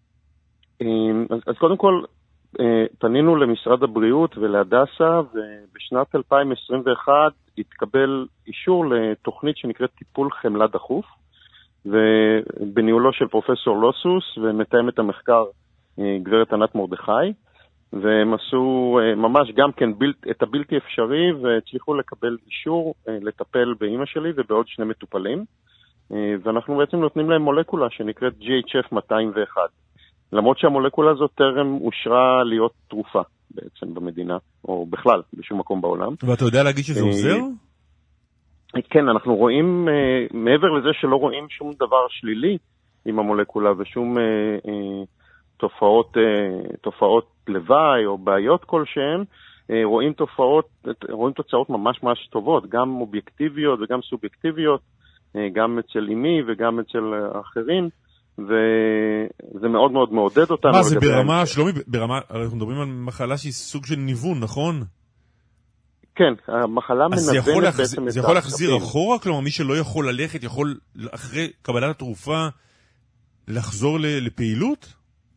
H: אז קודם כל פנינו למשרד הבריאות ולהדסה, ובשנת אלפיים עשרים ואחת התקבל אישור לתוכנית שנקראת טיפול חמלה דחוף, ובניהולו של פרופסור לוסוס ומתאם את המחקר גברת ענת מרדכי, והם עשו ממש גם כן בלת, את הבלתי אפשרי, והצליחו לקבל אישור לטפל באמא שלי ובעוד שני מטופלים, ואנחנו בעצם נותנים להם מולקולה שנקראת ג'י אייץ' אף מאתיים ואחת. למרות שהמולקולה הזאת טרם אושרה להיות תרופה בעצם במדינה, או בכלל, בשום מקום בעולם.
C: ואתה יודע להגיד שזה עוזר?
H: כן, אנחנו רואים, מעבר לזה שלא רואים שום דבר שלילי עם המולקולה ושום תופעות, תופעות לוואי או בעיות כלשהן, רואים תופעות, רואים תוצאות ממש ממש טובות, גם אובייקטיביות וגם סובייקטיביות, גם אצל אימי וגם אצל אחרים, וזה מאוד מאוד מעודד אותנו.
C: מה, זה ברמה, שלומי, ברמה, אנחנו מדברים על מחלה שהיא סוג של ניוון, נכון?
H: כן, המחלה מנוונת בעצם...
C: זה יכול להחזיר אחורה? כלומר, מי שלא יכול ללכת, יכול אחרי קבלת התרופה לחזור לפעילות?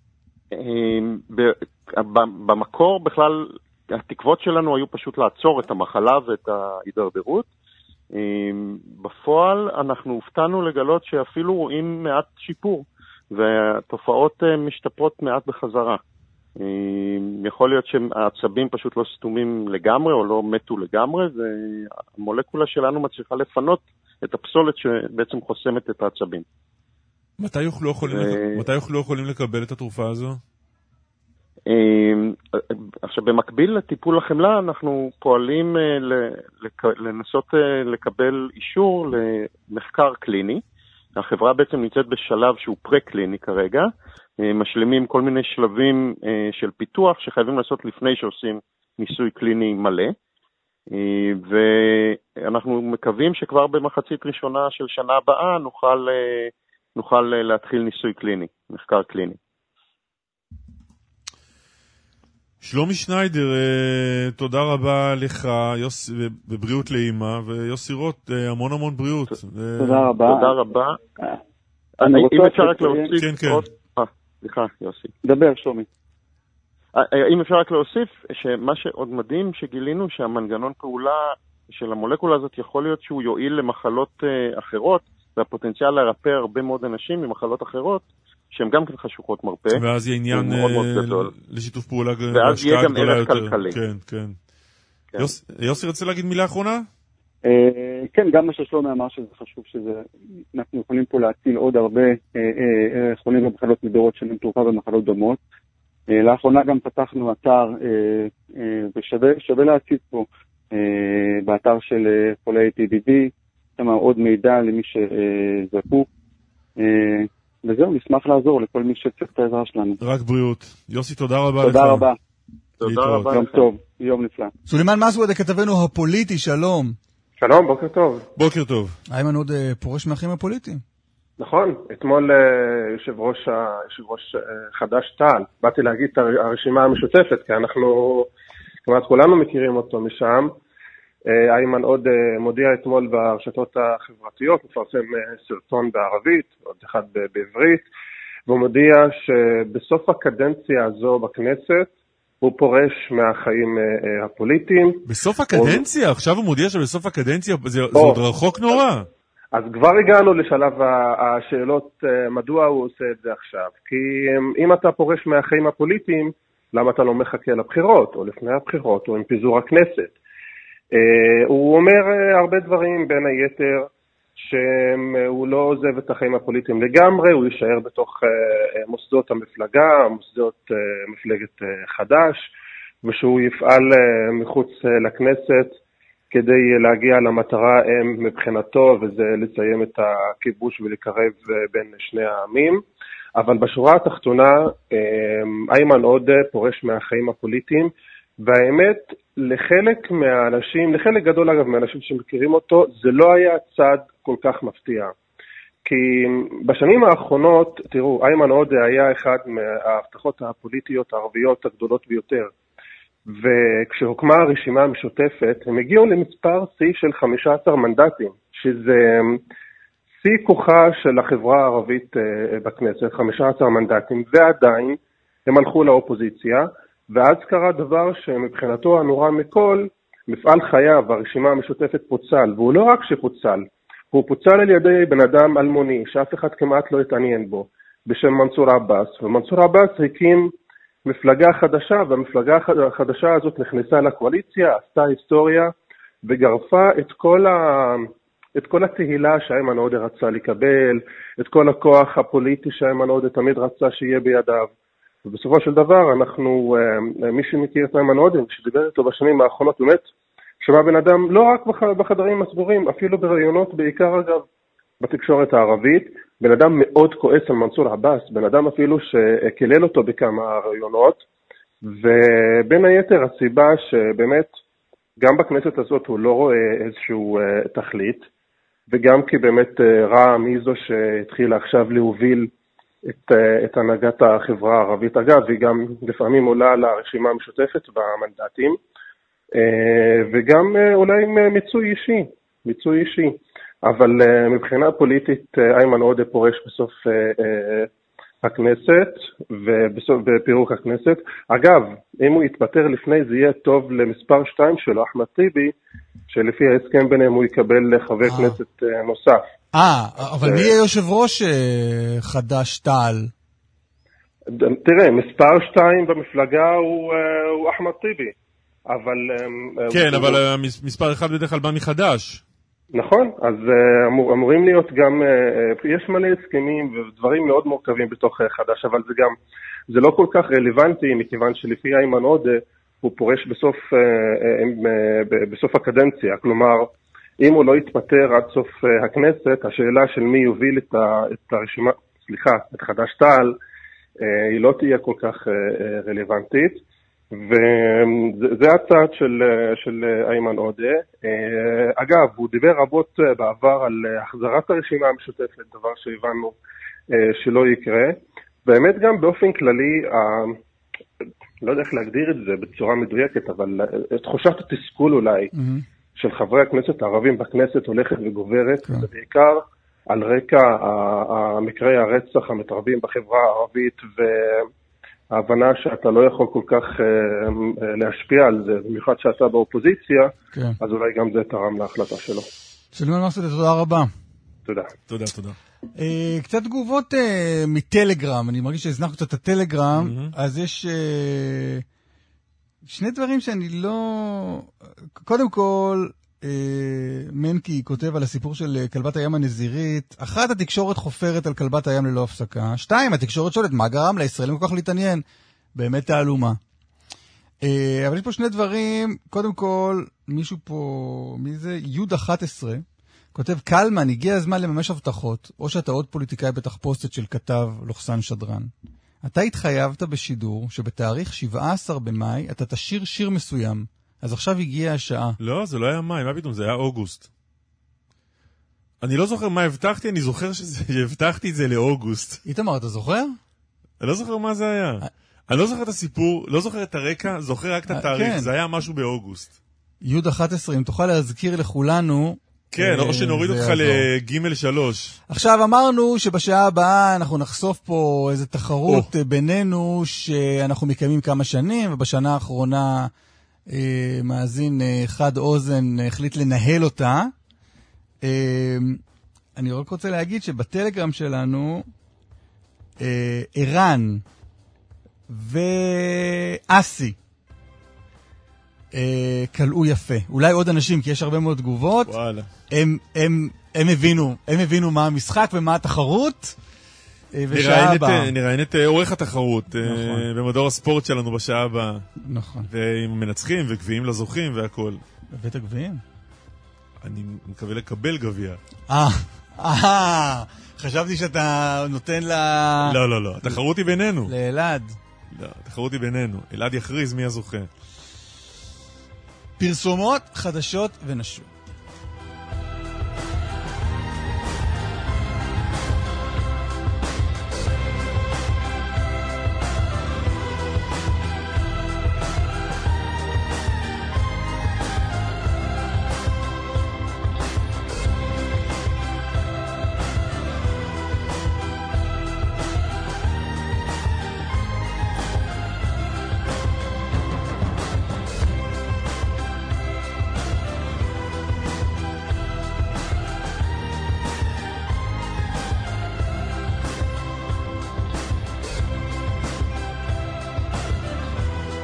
H: במקור בכלל, התקוות שלנו היו פשוט לעצור את המחלה ואת ההידרדרות. בפועל אנחנו הופתענו לגלות שאפילו רואים מעט שיפור, והתופעות משתפרות מעט בחזרה. יכול להיות שהעצבים פשוט לא סתומים לגמרי או לא מתו לגמרי, והמולקולה שלנו מצליחה לפנות את הפסולת שבעצם חוסמת את העצבים.
C: מתי יוכלו יכולים, ו... מתי יוכלו יכולים לקבל את התרופה הזו?
H: עכשיו, במקביל לטיפול החמלה, אנחנו פועלים לנסות לקבל אישור למחקר קליני. החברה בעצם נמצאת בשלב שהוא פרה-קליני כרגע, משלימים כל מיני שלבים של פיתוח שחייבים לעשות לפני שעושים ניסוי קליני מלא, ואנחנו מקווים שכבר במחצית ראשונה של שנה הבאה נוכל, נוכל להתחיל ניסוי קליני, מחקר קליני.
C: שלומי שניידר, תודה רבה לך, יוס, בבריאות לאמא, ויוסי רוט, המון המון בריאות.
G: תודה רבה.
H: תודה רבה. אם אפשר רק להוסיף...
C: כן, כן.
H: סליחה, יוסי.
G: דבר, שלומי.
H: אם אפשר רק להוסיף, שמה שעוד מדהים שגילינו שהמנגנון פעולה של המולקולה הזאת יכול להיות שהוא יועיל למחלות אחרות, והפוטנציאל לרפא הרבה מאוד אנשים ממחלות אחרות, שהן גם כן חשוכות מרפא.
C: ואז יהיה עניין לשיתוף פעולה.
H: ואז יהיה גם ערך כלכלי.
C: כן, כן. יוסי, רוצה להגיד מילה אחרונה?
G: כן, גם מה ששלומי אמר שזה חשוב, שאנחנו יכולים פה להציל עוד הרבה חולים במחלות נדירות שהן תרופה במחלות דומות. לאחרונה גם פתחנו אתר, ושווה להציץ פה, באתר של חולי פי בי די, שם עוד מידע למי שזקוק. וזהו, נשמח לעזור לכל מי שצריך את העזרה שלנו.
C: רק בריאות. יוסי, תודה רבה לך.
G: תודה רבה.
H: תודה רבה.
G: יום טוב, יום נפלא.
D: סולימאן מסווד, כתבנו הפוליטי, שלום.
I: שלום, בוקר טוב.
C: בוקר טוב.
D: איימן עוד פורש מהאחים הפוליטיים.
I: נכון, אתמול יושב ראש, יושב ראש חדש תע"ל, באתי להגיד את הרשימה המשותפת, כי אנחנו כמעט כולנו מכירים אותו משם. איימן עוד מודיע אתמול ברשתות החברתיות, מפרסם סרטון בערבית, עוד אחד בעברית, והוא מודיע שבסוף הקדנציה הזו בכנסת, הוא פורש מהחיים הפוליטיים.
C: בסוף הקדנציה? הוא... עכשיו הוא מודיע שבסוף הקדנציה זה, זה עוד רחוק נורא.
I: אז כבר הגענו לשלב השאלות מדוע הוא עושה את זה עכשיו. כי אם אתה פורש מהחיים הפוליטיים, למה אתה לא מחכה לבחירות, או לפני הבחירות, או עם פיזור הכנסת? הוא אומר הרבה דברים, בין היתר, שהוא לא עוזב את החיים הפוליטיים לגמרי, הוא יישאר בתוך מוסדות המפלגה, מוסדות מפלגת חדש, ושהוא יפעל מחוץ לכנסת כדי להגיע למטרה מבחינתו, וזה לסיים את הכיבוש ולקרב בין שני העמים. אבל בשורה התחתונה, איימן עודה פורש מהחיים הפוליטיים, והאמת, לחלק מהאנשים, לחלק גדול אגב מהאנשים שמכירים אותו, זה לא היה צעד כל כך מפתיע. כי בשנים האחרונות, תראו, איימן עודה היה אחד מההבטחות הפוליטיות הערביות הגדולות ביותר. וכשהוקמה הרשימה המשותפת, הם הגיעו למספר שיא של חמישה עשר מנדטים, שזה שיא כוחה של החברה הערבית בכנסת, חמישה עשר מנדטים, ועדיין הם הלכו לאופוזיציה, ואז קרה דבר שמבחינתו הנורא מכל, מפעל חייו, הרשימה המשותפת פוצל, והוא לא רק שפוצל, הוא פוצל על ידי בן אדם אלמוני, שאף אחד כמעט לא התעניין בו, בשם מנסור עבאס, ומנסור עבאס הקים מפלגה חדשה, והמפלגה החדשה הזאת נכנסה לקואליציה, עשתה היסטוריה, וגרפה את כל את כל התהילה שאיימן עודה רצה לקבל, את כל הכוח הפוליטי שאיימן עודה תמיד רצה שיהיה בידיו. ובסופו של דבר, אנחנו, מי שמכיר את איימן עודה, שדיבר איתו בשנים האחרונות, באמת, שמע בן אדם לא רק בחדרים הסגורים, אפילו ברעיונות, בעיקר אגב, בתקשורת הערבית, בן אדם מאוד כועס על מנסור עבאס, בן אדם אפילו שכלל אותו בכמה רעיונות, ובין היתר הסיבה שבאמת, גם בכנסת הזאת הוא לא רואה איזשהו תכלית, וגם כי באמת רע"מ היא זו שהתחילה עכשיו להוביל את, את הנהגת החברה הערבית. אגב, היא גם לפעמים עולה לרשימה המשותפת במנדטים, וגם אולי עם מיצוי אישי, מיצוי אישי. אבל מבחינה פוליטית איימן עודה פורש בסוף הכנסת ובסוף בפירוק הכנסת. אגב, אם הוא יתפטר לפני זה יהיה טוב למספר שתיים שלו, אחמד טיבי, שלפי ההסכם ביניהם הוא יקבל חבר כנסת נוסף.
D: אה, אבל מי יהיה יושב ראש חדש תע"ל?
I: תראה, מספר שתיים במפלגה הוא אחמד טיבי. אבל...
C: כן, אבל מספר אחד בדרך כלל בא מחדש.
I: נכון, אז אמור, אמורים להיות גם, יש מלא הסכמים ודברים מאוד מורכבים בתוך חדש, אבל זה גם, זה לא כל כך רלוונטי, מכיוון שלפי איימן עודה הוא פורש בסוף, בסוף הקדנציה. כלומר, אם הוא לא יתפטר עד סוף הכנסת, השאלה של מי יוביל את, ה, את הרשימה, סליחה, את חדש תע"ל, היא לא תהיה כל כך רלוונטית. וזה הצעד של, של איימן עודה. אגב, הוא דיבר רבות בעבר על החזרת הרשימה המשותפת, דבר שהבנו שלא יקרה. באמת גם באופן כללי, לא יודע איך להגדיר את זה בצורה מדויקת, אבל תחושת התסכול אולי mm-hmm. של חברי הכנסת הערבים בכנסת הולכת וגוברת, okay. ובעיקר על רקע המקרי הרצח המתרבים בחברה הערבית ו... ההבנה שאתה לא יכול כל כך uh, להשפיע על זה, במיוחד שאתה באופוזיציה, כן. אז אולי גם זה תרם להחלטה שלו.
D: סלימאן מסעודה, תודה רבה.
I: תודה.
C: תודה, תודה.
D: Uh, קצת תגובות uh, מטלגרם, אני מרגיש שהזנחנו קצת את הטלגרם, mm-hmm. אז יש uh, שני דברים שאני לא... קודם כל, uh, מנקי כותב על הסיפור של כלבת הים הנזירית. אחת, התקשורת חופרת על כלבת הים ללא הפסקה. שתיים, התקשורת שואלת מה גרם לישראלים כל כך להתעניין. באמת תעלומה. Uh, אבל יש פה שני דברים. קודם כל, מישהו פה, מי זה? יוד אחת עשרה, כותב, קלמן, הגיע הזמן לממש הבטחות, או שאתה עוד פוליטיקאי בתחפושת של כתב לוחסן שדרן. אתה התחייבת בשידור שבתאריך שבעה עשר במאי אתה תשיר שיר מסוים. אז עכשיו הגיעה השעה.
C: לא, זה לא היה מאי, מה פתאום? זה היה אוגוסט. אני לא זוכר מה הבטחתי, אני זוכר שהבטחתי את זה לאוגוסט.
D: איתמר, אתה זוכר?
C: אני לא זוכר מה זה היה. אני לא זוכר את הסיפור, לא זוכר את הרקע, זוכר רק את התאריך. זה היה משהו באוגוסט.
D: יוד אחת עשרה, אם תוכל להזכיר לכולנו...
C: כן, או שנוריד אותך לג' שלוש.
D: עכשיו אמרנו שבשעה הבאה אנחנו נחשוף פה איזו תחרות בינינו שאנחנו מקיימים כמה שנים, ובשנה האחרונה מאזין חד אוזן החליט לנהל אותה. אני רק רוצה להגיד שבטלגרם שלנו איראן ואסי קלעו יפה. אולי עוד אנשים, כי יש הרבה מאוד תגובות.
C: וואלה.
D: הם, הם, הם הבינו, הם הבינו מה המשחק ומה התחרות. ושעה הבאה.
C: נראיין את עורך התחרות במדור הספורט שלנו בשעה הבאה.
D: נכון.
C: ועם מנצחים וגביעים לזוכים והכל.
D: בבית הגביעים?
C: אני מקווה לקבל גביע.
D: אה, אה, חשבתי שאתה נותן ל...
C: לא, לא, לא, התחרות היא בינינו.
D: לאלעד.
C: לא, התחרות היא בינינו. אלעד יכריז מי הזוכה.
D: פרסומות, חדשות ונשו.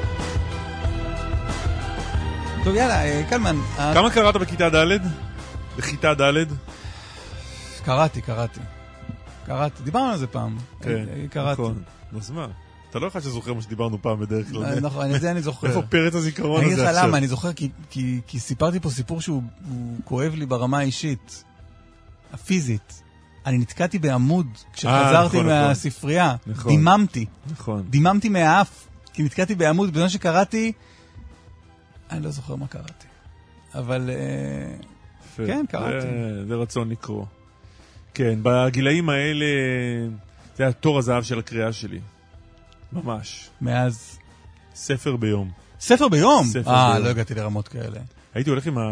D: טוב, יאללה, קלמן.
C: כמה קראת בכיתה ד'? בכיתה ד'?
D: קראתי, קראתי. קראתי, דיברנו על זה פעם.
C: כן,
D: קראתי.
C: נכון. אז מה? אתה לא אחד שזוכר מה שדיברנו פעם בדרך כלל.
D: נכון, את זה אני זוכר.
C: איפה פרץ הזיכרון הזה עכשיו?
D: אני אגיד לך למה, אני זוכר כי סיפרתי פה סיפור שהוא כואב לי ברמה האישית, הפיזית. אני נתקעתי בעמוד כשחזרתי מהספרייה. דיממתי.
C: נכון.
D: דיממתי מהאף, כי נתקעתי בעמוד, בזמן שקראתי, אני לא זוכר מה קראתי. אבל כן, קראתי.
C: זה רצון לקרוא. כן, בגילאים האלה, זה היה תור הזהב של הקריאה שלי. ממש.
D: מאז?
C: ספר ביום.
D: ספר ביום? אה, לא הגעתי לרמות כאלה.
C: הייתי הולך עם ה...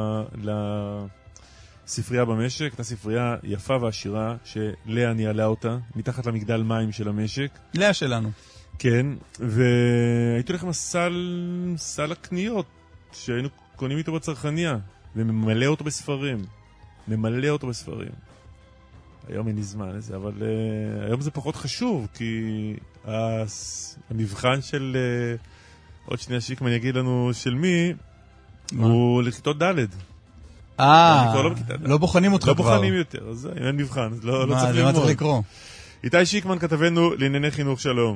C: לספרייה במשק, הייתה ספרייה יפה ועשירה, שלאה ניהלה אותה, מתחת למגדל מים של המשק.
D: לאה שלנו.
C: כן, והייתי הולך עם הסל, סל הקניות, שהיינו קונים איתו בצרכניה, וממלא אותו בספרים. ממלא אותו בספרים. היום אין לי זמן לזה, אבל uh, היום זה פחות חשוב, כי הס... המבחן של, uh, עוד שנייה שיקמן יגיד לנו של מי, מה? הוא לכיתות ד'.
D: אה,
C: לא,
D: לא בוחנים אותך
C: לא
D: כבר.
C: לא בוחנים יותר, אז אם אין מבחן, אז לא,
D: מה,
C: לא צריך
D: ללמוד. מה צריך לקרוא?
C: איתי שיקמן כתבנו לענייני חינוך, שלום.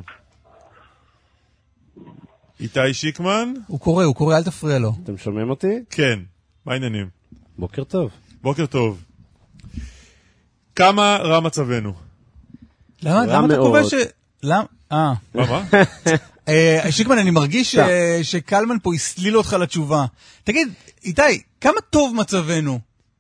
C: איתי שיקמן?
D: הוא קורא, הוא קורא, אל תפריע לו.
J: אתם שומעים אותי?
C: כן, מה העניינים?
J: בוקר טוב.
C: בוקר טוב. כמה רע מצבנו?
D: למה, למה אתה קובע ש... למה? אה.
C: מה, מה?
D: שיקמן, אני מרגיש שקלמן פה הסליל אותך לתשובה. תגיד, איתי, כמה טוב מצבנו?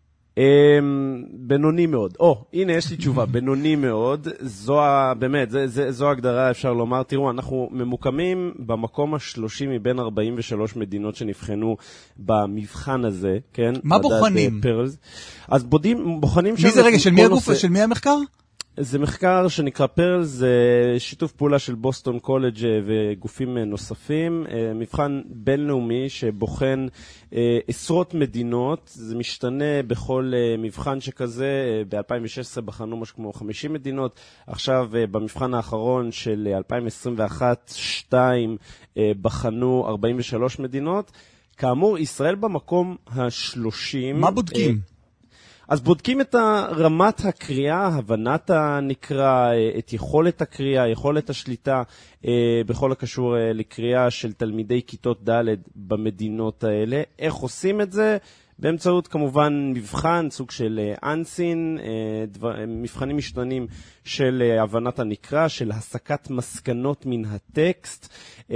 J: בינוני מאוד. או, הנה יש לי תשובה, בינוני מאוד. זו, באמת, זו הגדרה, אפשר לומר. תראו, אנחנו ממוקמים במקום השלושים מבין ארבעים ושלוש מדינות שנבחנו במבחן הזה, כן?
D: מה בוחנים?
J: אז בוחנים שם...
D: מי זה רגע? של מי הגוף? של מי המחקר?
J: זה מחקר שנקרא פרלס, זה שיתוף פעולה של בוסטון קולג' וגופים נוספים, מבחן בינלאומי שבוחן עשרות מדינות, זה משתנה בכל מבחן שכזה, ב-אלפיים ושש עשרה בחנו משהו כמו חמישים מדינות, עכשיו במבחן האחרון של אלפיים עשרים ואחת שתיים בחנו ארבעים ושלוש מדינות, כאמור ישראל במקום ה-שלושים.
D: מה בודקים?
J: אז בודקים את רמת הקריאה, הבנת הנקרא, את יכולת הקריאה, יכולת השליטה בכל הקשור לקריאה של תלמידי כיתות ד' במדינות האלה. איך עושים את זה? באמצעות כמובן מבחן, סוג של אנסין, מבחנים משתנים של הבנת הנקרא, של הסקת מסקנות מן הטקסט,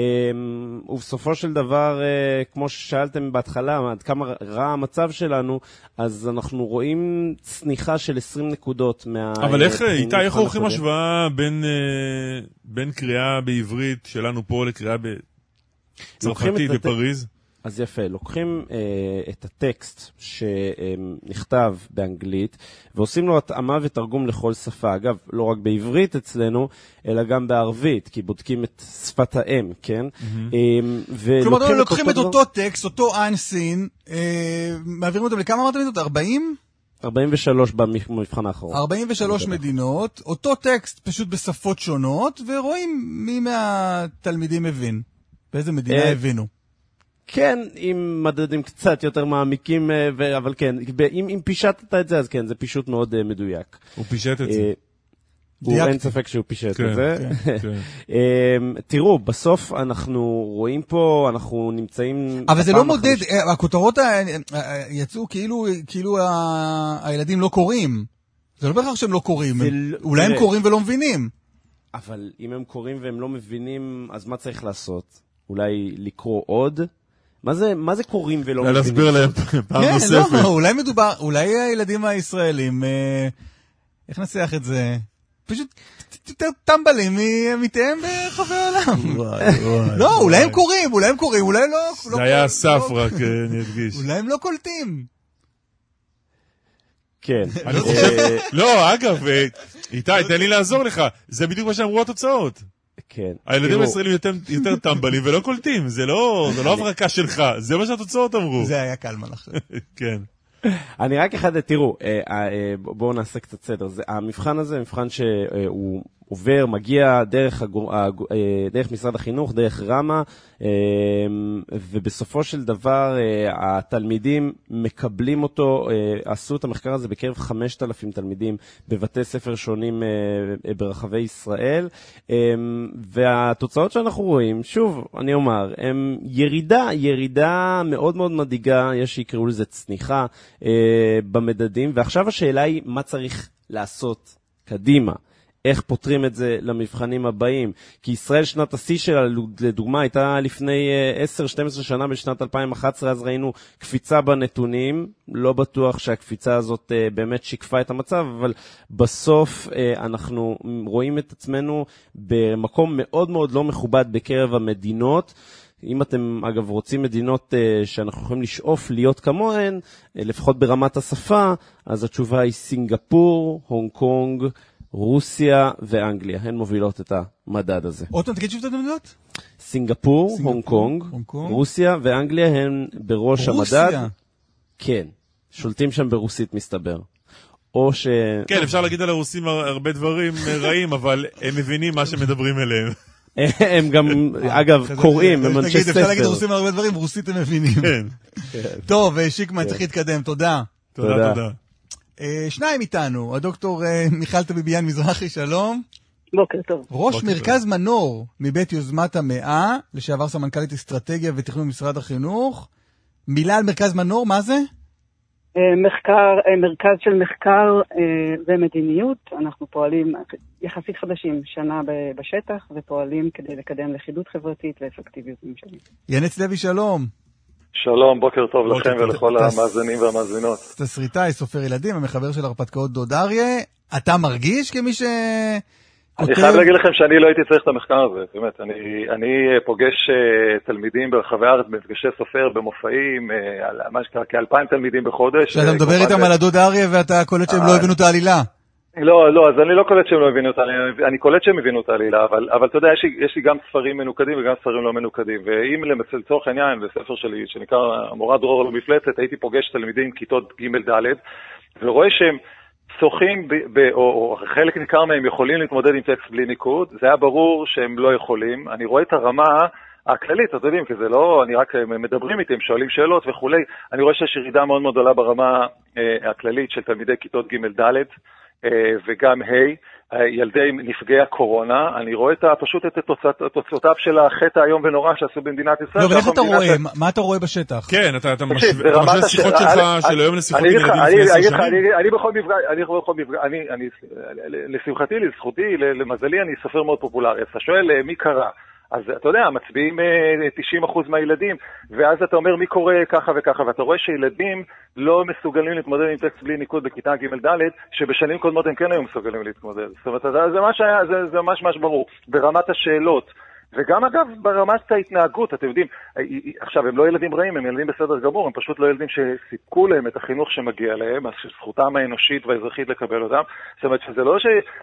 J: ובסופו של דבר, כמו ששאלתם בהתחלה, עד כמה רע המצב שלנו, אז אנחנו רואים צניחה של עשרים נקודות מה...
C: אבל איך, איתי, איך עורכים השוואה בין, בין קריאה בעברית שלנו פה לקריאה בצרפתית בפריז?
J: אז יפה, לוקחים אה, את הטקסט שנכתב באנגלית, ועושים לו התאמה ותרגום לכל שפה. אגב, לא רק בעברית אצלנו, אלא גם בערבית, כי בודקים את שפת האם, כן? Mm-hmm. אה,
D: כלומר, לוקחים את אותו טקסט, אותו אנסין, אה, מעבירים אותם לכמה אמרת מדינות? ארבעים?
J: ארבעים ושלוש במבחן האחרון.
D: ארבעים ושלוש מדינות, אותו טקסט פשוט בשפות שונות, ורואים מי מהתלמידים הבין. באיזה מדינה אה, הבינו.
J: כן, עם מדדים קצת יותר מעמיקים, אבל כן, אם, אם פישטת את זה, אז כן, זה פישוט מאוד מדויק.
C: הוא פישט את זה.
J: הוא אין ספק שהוא פישט את זה. תראו, בסוף אנחנו רואים פה, אנחנו נמצאים...
D: אבל זה לא מודד, הכותרות יצאו כאילו הילדים לא קוראים. זה לא בהכרח שהם לא קוראים, אולי הם קוראים ולא מבינים.
J: אבל אם הם קוראים והם לא מבינים, אז מה צריך לעשות? אולי לקרוא עוד? מה זה, מה זה קוראים ולא מבינים?
C: להסביר להם פעם נוספת.
D: לא, אולי מדובר, אולי הילדים הישראלים, איך נצליח את זה? פשוט יותר טמבלים מתאם ברחבי העולם. לא, אולי הם קוראים, אולי הם קוראים, אולי לא...
C: זה היה הסף רק, אני אדגיש.
D: אולי הם לא קולטים.
J: כן.
C: לא, אגב, איתי, תן לי לעזור לך. זה בדיוק מה שאמרו התוצאות.
J: כן.
C: הילדים הישראלים יותר טמבלים ולא קולטים, זה לא הברקה שלך, זה מה שהתוצאות אמרו.
D: זה היה קלמן עכשיו.
C: כן.
J: אני רק אחד, תראו, בואו נעשה קצת סדר. המבחן הזה, מבחן שהוא עובר, מגיע דרך, הגור, דרך משרד החינוך, דרך רמה, ובסופו של דבר התלמידים מקבלים אותו, עשו את המחקר הזה בקרב חמשת אלפים תלמידים בבתי ספר שונים ברחבי ישראל, והתוצאות שאנחנו רואים, שוב, אני אומר, הם ירידה, ירידה מאוד מאוד מדאיגה, יש שיקראו לזה צניחה במדדים, ועכשיו השאלה היא מה צריך לעשות קדימה. איך פותרים את זה למבחנים הבאים? כי ישראל שנת השיא שלה, לדוגמה, הייתה לפני עשר שתים עשרה שנה בשנת אלפיים ואחת עשרה, אז ראינו קפיצה בנתונים, לא בטוח שהקפיצה הזאת באמת שיקפה את המצב, אבל בסוף אנחנו רואים את עצמנו במקום מאוד מאוד לא מכובד בקרב המדינות. אם אתם אגב רוצים מדינות שאנחנו יכולים לשאוף להיות כמוהן, לפחות ברמת השפה, אז התשובה היא סינגפור, הונג קונג, רוסיה ואנגליה, הן מובילות את המדד הזה.
D: עוד פעם, תגיד שוב את המדינות?
J: סינגפור, הונג קונג, רוסיה ואנגליה הן בראש המדד. כן, שולטים שם ברוסית מסתבר. או ש...
C: כן, אפשר להגיד על הרוסים הרבה דברים רעים, אבל הם מבינים מה שמדברים אליהם.
J: הם גם, אגב, קוראים, הם אנשי ספר.
D: אפשר להגיד רוסים על הרבה דברים, רוסית הם מבינים.
C: כן.
D: טוב, שיקמן, צריך להתקדם, תודה.
C: תודה, תודה.
D: שניים איתנו, הדוקטור מיכל טביביאן מזרחי, שלום.
K: בוקר טוב.
D: ראש מרכז מנור מבית יוזמת המאה, לשעבר סמנכ"לית אסטרטגיה ותכנון במשרד החינוך. מילה על מרכז מנור, מה זה?
K: מחקר, מרכז של מחקר ומדיניות. אנחנו פועלים יחסית חדשים, שנה בשטח, ופועלים כדי לקדם לכידות חברתית ואפקטיביות ממשלית.
D: ינץ לוי, שלום.
L: שלום, בוקר טוב לכם ולכל המאזינים והמאזינות.
D: תסריטאי, סופר ילדים, המחבר של הרפתקאות דוד אריה. אתה מרגיש כמי ש...
L: אני חייב להגיד לכם שאני לא הייתי צריך את המחקר הזה, באמת. אני פוגש תלמידים ברחבי הארץ, במפגשי סופר, במופעים, מה שקרה, כאלפיים תלמידים בחודש.
D: שאתה מדבר איתם על הדוד אריה ואתה קולט שהם לא הבינו את העלילה.
L: לא, לא, אז אני לא קולט שהם לא הבינו את העלילה, אני קולט שהם הבינו את העלילה, אבל, אבל אתה יודע, יש לי, יש לי גם ספרים מנוקדים וגם ספרים לא מנוקדים, ואם לצורך העניין, בספר שלי, שנקרא המורה דרור לא מפלצת, הייתי פוגש תלמידים כיתות ג' ד' ורואה שהם שוחים, ב, ב, או, או חלק ניכר מהם יכולים להתמודד עם טקסט בלי ניקוד, זה היה ברור שהם לא יכולים, אני רואה את הרמה הכללית, אתם יודעים, כי זה לא, אני רק מדברים איתם, שואלים שאלות וכולי, אני רואה שיש ירידה מאוד מאוד עולה ברמה אה, הכללית של תלמידי כיתות ג' ד' וגם ה' ילדי נפגעי הקורונה, אני רואה פשוט את תוצאותיו של החטא היום ונורא שעשו במדינת ישראל.
D: לא, אבל איך אתה רואה? מה אתה רואה בשטח?
C: כן, אתה משווה שיחות שלך של היום לשיחות עם ילדים לפני עשר שנים?
L: אני בכל מפגש, אני בכל מפגש, אני, לשמחתי, לזכותי, למזלי, אני סופר מאוד פופולרי. אז אתה שואל מי קרא? אז אתה יודע, מצביעים תשעים אחוז מהילדים, ואז אתה אומר מי קורא ככה וככה, ואתה רואה שילדים לא מסוגלים להתמודד עם טקסט בלי ניקוד בכיתה ג' ד', שבשנים קודמות הם כן היו מסוגלים להתמודד. זאת אומרת, זה ממש היה, זה, זה ממש ממש ברור. ברמת השאלות, וגם אגב ברמת ההתנהגות, אתם יודעים, עכשיו הם לא ילדים רעים, הם ילדים בסדר גמור, הם פשוט לא ילדים שסיפקו להם את החינוך שמגיע להם, אז שזכותם האנושית והאזרחית לקבל אותם. זאת אומרת שזה לא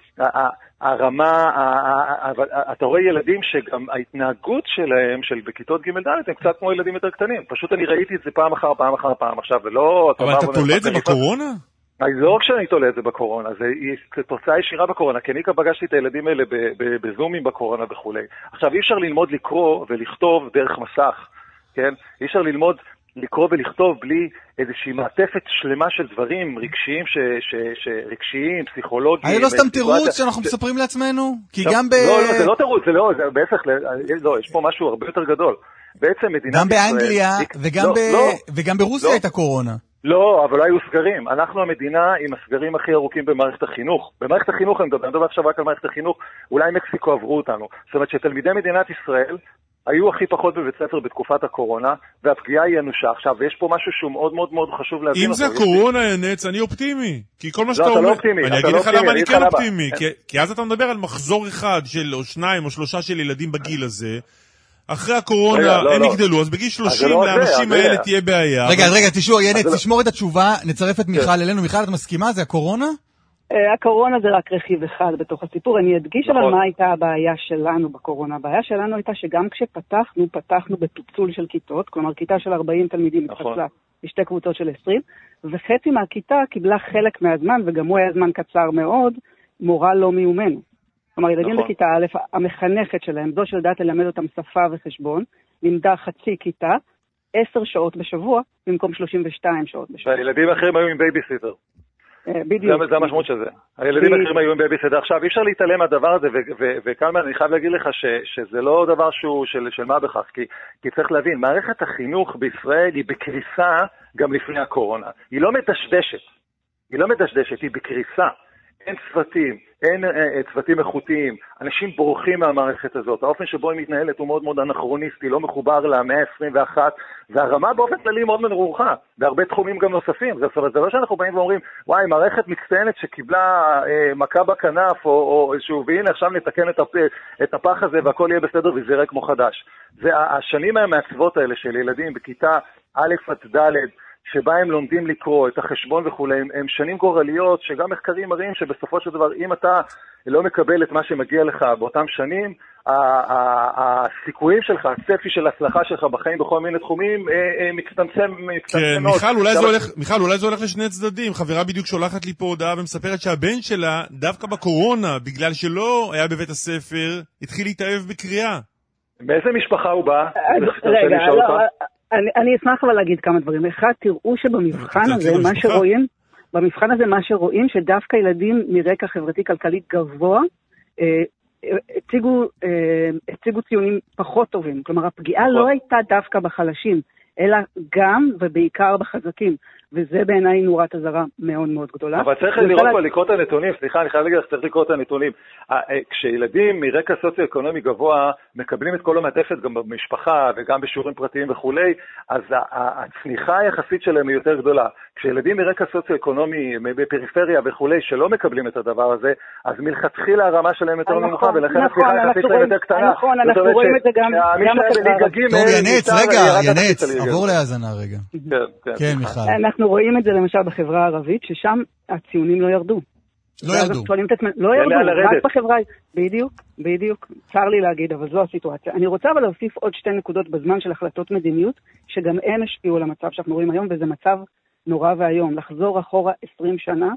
L: שהרמה, אתה רואה ילדים שגם ההתנהגות שלהם, של בכיתות ג' ד' הם קצת כמו ילדים יותר קטנים, פשוט אני ראיתי את זה פעם אחר פעם אחר פעם עכשיו, ולא...
C: אבל אתה תולה את זה בקורונה?
L: לא רק שאני תולה את זה בקורונה, זה תוצאה ישירה בקורונה, כי אני פגשתי את הילדים האלה בזומים בקורונה וכולי. עכשיו, אי אפשר ללמוד לקרוא ולכתוב דרך מסך, כן? אי אפשר ללמוד לקרוא ולכתוב בלי איזושהי מעטפת שלמה של דברים רגשיים, רגשיים, פסיכולוגיים.
D: אני לא סתם תירוץ שאנחנו מספרים לעצמנו? כי גם ב...
L: לא, לא, זה לא תירוץ, זה לא, זה בעצם, לא, יש פה משהו הרבה יותר גדול. בעצם מדינת ישראל...
D: גם באנגליה וגם ברוסיה הייתה קורונה.
L: לא, אבל לא היו סגרים. אנחנו המדינה עם הסגרים הכי ארוכים במערכת החינוך. במערכת החינוך, אני מדבר, אני מדבר עכשיו רק על מערכת החינוך, אולי מקסיקו עברו אותנו. זאת אומרת שתלמידי מדינת ישראל היו הכי פחות בבית ספר בתקופת הקורונה, והפגיעה היא אנושה. עכשיו, ויש פה משהו שהוא מאוד מאוד מאוד חשוב להבין אותו.
C: אם זה הקורונה, ינץ, אני אופטימי. כי כל מה שאתה
L: אומר... לא, אתה לא אופטימי.
C: אני אגיד לך למה אני כן אופטימי. כי אז אתה מדבר על מחזור אחד של או שניים או שלושה של ילדים בגיל הזה, אחרי הקורונה הם יגדלו, אז בגיל שלושים לאנשים האלה תהיה בעיה.
D: רגע, רגע, תשמור, ינץ, תשמור את התשובה, נצרף את מיכל אלינו. מיכל, את מסכימה? זה הקורונה?
K: הקורונה זה רק רכיב אחד בתוך הסיפור. אני אדגיש אבל מה הייתה הבעיה שלנו בקורונה. הבעיה שלנו הייתה שגם כשפתחנו, פתחנו בפיצול של כיתות, כלומר כיתה של ארבעים תלמידים התפצלה בשתי קבוצות של עשרים, וחצי מהכיתה קיבלה חלק מהזמן, וגם הוא היה זמן קצר מאוד, מורה לא מיומנו. כלומר, ילדים בכיתה א', המחנכת שלהם, זו שלדעת ללמד אותם שפה וחשבון, לימדה חצי כיתה, עשר שעות בשבוע, במקום שלושים ושתיים שעות בשבוע.
L: והילדים האחרים היו עם בייביסיטר.
K: בדיוק.
L: זה המשמעות של זה. הילדים האחרים היו עם בייביסיטר. עכשיו, אי אפשר להתעלם מהדבר הזה, וכאן אני חייב להגיד לך שזה לא דבר שהוא של מה בכך, כי צריך להבין, מערכת החינוך בישראל היא בקריסה גם לפני הקורונה. היא לא מדשדשת. היא לא מדשדשת, היא בקריסה. אין צוותים, אין אה, צוותים איכותיים, אנשים בורחים מהמערכת הזאת, האופן שבו היא מתנהלת הוא מאוד מאוד אנכרוניסטי, לא מחובר למאה ה-עשרים ואחת, והרמה באופן כללי מאוד מנרוחה, בהרבה תחומים גם נוספים, זאת אומרת, זה לא שאנחנו באים ואומרים, וואי, מערכת מצטיינת שקיבלה אה, מכה בכנף, או, או איזשהו, והנה עכשיו נתקן את, הפ, את הפח הזה והכל יהיה בסדר וזה יראה כמו חדש. זה השנים המעצבות האלה של ילדים בכיתה א' עד ד', שבה הם לומדים לקרוא את החשבון וכו', הם, הם שנים גורליות, שגם מחקרים מראים שבסופו של דבר, אם אתה לא מקבל את מה שמגיע לך באותם שנים, הסיכויים שלך, הצפי של הצלחה שלך בחיים בכל מיני תחומים, מצטמצם, מצטמצם
C: כן,
L: מאוד.
C: מיכל, אולי זה הולך, מיכל, אולי זה הולך לשני צדדים. חברה בדיוק שולחת לי פה הודעה ומספרת שהבן שלה, דווקא בקורונה, בגלל שלא היה בבית הספר, התחיל להתאהב בקריאה.
L: מאיזה משפחה הוא בא?
K: רגע, לא... אני, אני אשמח אבל להגיד כמה דברים. אחד, תראו שבמבחן הזה, מה שרואים, במבחן הזה מה שרואים, שדווקא ילדים מרקע חברתי-כלכלי גבוה, אה, הציגו, אה, הציגו ציונים פחות טובים. כלומר, הפגיעה לא הייתה דווקא בחלשים, אלא גם ובעיקר בחזקים. וזה בעיניי נורת הזרה מאוד מאוד גדולה.
L: אבל צריך לראות פה, לקרוא את הנתונים, סליחה, אני חייב להגיד לך, צריך לקרוא את הנתונים. כשילדים מרקע סוציו-אקונומי גבוה מקבלים את כל המעטפת גם במשפחה וגם בשיעורים פרטיים וכולי, אז הצניחה היחסית שלהם היא יותר גדולה. כשילדים מרקע סוציו-אקונומי בפריפריה וכולי שלא מקבלים את הדבר הזה, אז מלכתחילה הרמה שלהם יותר נמוכה, ולכן הצניחה היחסית שלהם יותר קטנה.
K: נכון, אנחנו רואים את זה גם בחברה.
D: טוב, ינץ, רגע, ינץ, עבור להאזנה רגע. כן, מיכל.
K: אנחנו רואים את זה למשל בחברה הערבית, ששם הציונים לא ירדו.
D: לא ירדו.
K: לא ירדו, רק בחברה, בדיוק, בדיוק, צר לי להגיד, אבל זו הסיטואציה. אני רוצה אבל להוסיף עוד שתי נקודות בזמן של החלטות מדיניות, שגם הן השפיעו על המצב שאנחנו רואים היום, וזה מצב נורא והיום. לחזור אחורה עשרים שנה,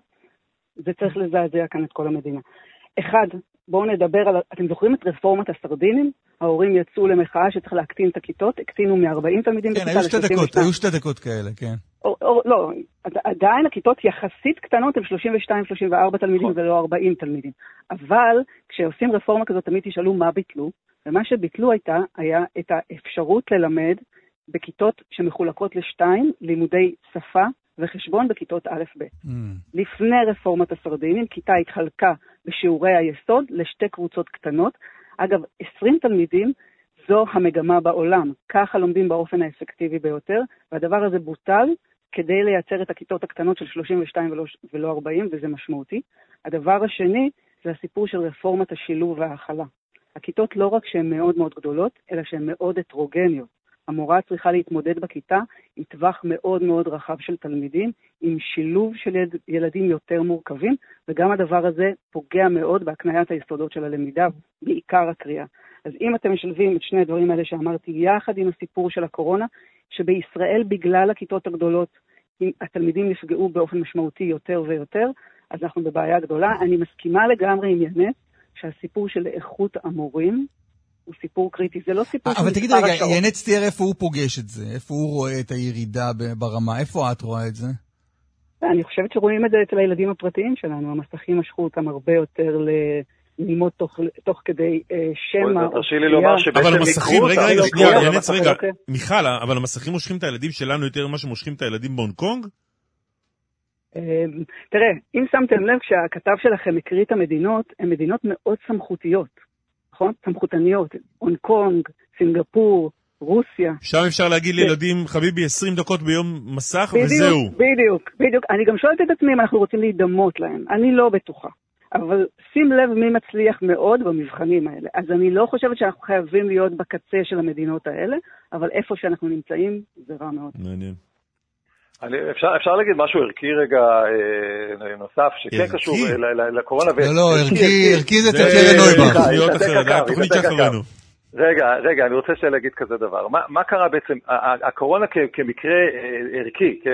K: זה צריך לזעזע כאן את כל המדינה. אחד, בואו נדבר על, אתם זוכרים את רפורמת הסרדינים? ההורים יצאו למחאה שצריך להקטין את הכיתות, הקטינו מ-ארבעים תלמידים.
D: כן, היו שתי דקות, היו שתי דקות כאלה, כן.
K: או, או, לא, עדיין הכיתות יחסית קטנות, הם שלושים ושתיים שלושים וארבע תלמידים ולא ארבעים תלמידים. אבל כשעושים רפורמה כזאת, תמיד תשאלו מה ביטלו, ומה שביטלו הייתה, היה את האפשרות ללמד בכיתות שמחולקות לשתיים, לימודי שפה וחשבון בכיתות א' ב'. Mm. לפני רפורמת הסרדינים, כיתה התחלקה בשיעורי היסוד לשתי קבוצות קטנות. אגב, עשרים תלמידים זו המגמה בעולם. ככה לומדים באופן האפקטיבי ביותר, והדבר הזה בוטל כדי לייצר את הכיתות הקטנות של שלושים ושתיים ולא, ולא ארבעים, וזה משמעותי. הדבר השני זה הסיפור של רפורמת השילוב וההכלה. הכיתות לא רק שהן מאוד מאוד גדולות, אלא שהן מאוד הטרוגניות. המורה צריכה להתמודד בכיתה עם טווח מאוד מאוד רחב של תלמידים, עם שילוב של ילדים יותר מורכבים, וגם הדבר הזה פוגע מאוד בהקניית היסודות של הלמידה, בעיקר הקריאה. אז אם אתם משלבים את שני הדברים האלה שאמרתי, יחד עם הסיפור של הקורונה, שבישראל בגלל הכיתות הגדולות, התלמידים נפגעו באופן משמעותי יותר ויותר, אז אנחנו בבעיה גדולה. אני מסכימה לגמרי עם ינץ, שהסיפור של איכות המורים, הוא סיפור קריטי, זה לא סיפור של מספר השעות.
D: אבל תגיד רגע, ינץ תיאר איפה הוא פוגש את זה, איפה הוא רואה את הירידה ברמה, איפה את רואה את זה?
K: אני חושבת שרואים את זה אצל הילדים הפרטיים שלנו, המסכים משכו אותם הרבה יותר ללמוד תוך, תוך כדי שמע.
L: תרשי לי לומר
C: שבעצם המסכים, רגע, רגע, שנייה, ינץ, רגע, מיכל, אבל המסכים מושכים את הילדים שלנו יותר ממה שמושכים את הילדים בהונג קונג?
K: תראה, אם שמתם לב שהכתב שלכם הקריא את המדינות, הן מדינות מאוד סמכותיות. סמכותניות, הונג קונג, סינגפור, רוסיה.
C: שם אפשר להגיד לילדים, חביבי, עשרים דקות ביום מסך וזהו.
K: בדיוק, בדיוק. אני גם שואלת את עצמי אם אנחנו רוצים להידמות להם. אני לא בטוחה. אבל שים לב מי מצליח מאוד במבחנים האלה. אז אני לא חושבת שאנחנו חייבים להיות בקצה של המדינות האלה, אבל איפה שאנחנו נמצאים זה רע מאוד.
C: מעניין.
L: אני, אפשר, אפשר להגיד משהו ערכי רגע אה, נוסף, שכן קשור לקורונה.
D: לא, לא, ערכי, ערכי זה תקרן נויבר.
C: תוכנית שאחרינו.
L: רגע, רגע, אני רוצה להגיד כזה דבר. מה, מה קרה בעצם, הקורונה כ, כמקרה ערכי, כן?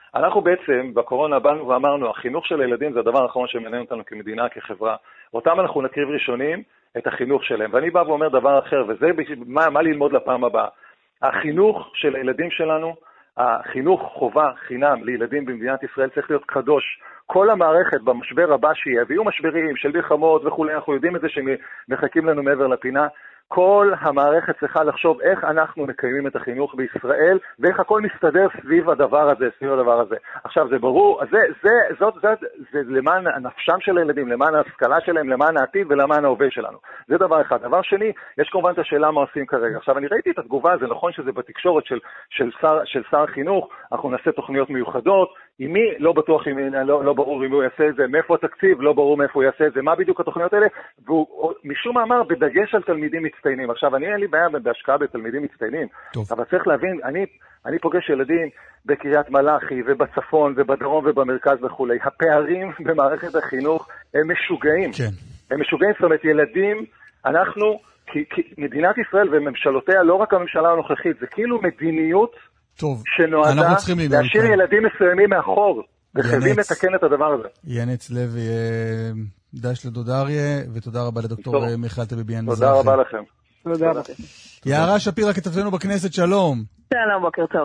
L: אנחנו בעצם בקורונה באנו ואמרנו, החינוך של הילדים זה הדבר האחרון שמעניין אותנו כמדינה, כחברה. אותם אנחנו נקריב ראשונים את החינוך שלהם. ואני בא ואומר דבר אחר, וזה מה, מה ללמוד לפעם הבאה. החינוך של הילדים שלנו, החינוך חובה חינם לילדים במדינת ישראל צריך להיות קדוש. כל המערכת במשבר הבא שיהיה, ויהיו משברים של מלחמות וכולי, אנחנו יודעים את זה שמחכים לנו מעבר לפינה, כל המערכת צריכה לחשוב איך אנחנו מקיימים את החינוך בישראל, ואיך הכל מסתדר סביב הדבר הזה, סביב הדבר הזה. עכשיו, זה ברור, זה, זה, זאת, זה, זה למען הנפשם של הילדים, למען ההשכלה שלהם, למען העתיד ולמען ההווה שלנו. זה דבר אחד. דבר שני, יש כמובן את השאלה מה עושים כרגע. עכשיו, אני ראיתי את התגובה, זה נכון שזה בתקשורת של, של שר, של שר החינוך, אנחנו נעשה תוכניות מיוחדות, עם מי, לא בטוח, עם, לא, לא ברור אם הוא יעשה את זה, מאיפה התקציב, לא ברור מאיפה הוא יעשה את זה, מה בדיוק התוכניות האלה, והוא משום מה אמר, בדגש על תלמידים מצטיינים. עכשיו, אני אין לי בעיה בהשקעה בתלמידים מצטיינים, טוב. אבל צריך להבין, אני, אני פוגש ילדים בקריית מלאכי ובצפון ובדרום ובמרכז וכולי. הפערים במערכת החינוך הם משוגעים. כן. הם משוגעים, זאת אומרת, ילדים, אנחנו, כי, כי מדינת ישראל וממשלותיה, לא רק הממשלה הנוכחית, זה כאילו מדיניות
D: טוב,
L: שנועדה להשאיר ילדים מסוימים מאחור, וחייבים לתקן את הדבר הזה.
D: ינץ לוי, דש לדוד אריה, ותודה רבה לדוקטור מיכל טביביאן מזרחי.
L: תודה רבה לכם.
K: תודה רבה.
D: יערה שפירא, כתבתנו בכנסת, שלום.
K: שלום, בוקר טוב.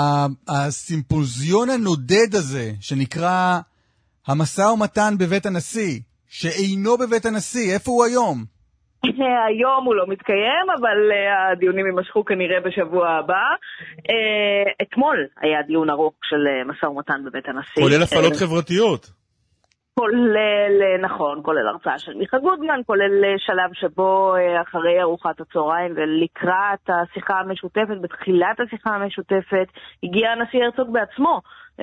D: הסימפוזיון הנודד הזה, שנקרא המשא ומתן בבית הנשיא, שאינו בבית הנשיא, איפה הוא היום?
K: היום הוא לא מתקיים, אבל הדיונים יימשכו כנראה בשבוע הבא. אתמול היה דיון ארוך של משא ומתן בבית הנשיא.
C: כולל הפעלות חברתיות.
K: כולל, נכון, כולל הרצאה של מיכה גודמן, כולל שלב שבו אחרי ארוחת הצהריים ולקראת השיחה המשותפת, בתחילת השיחה המשותפת, הגיע הנשיא הרצוג בעצמו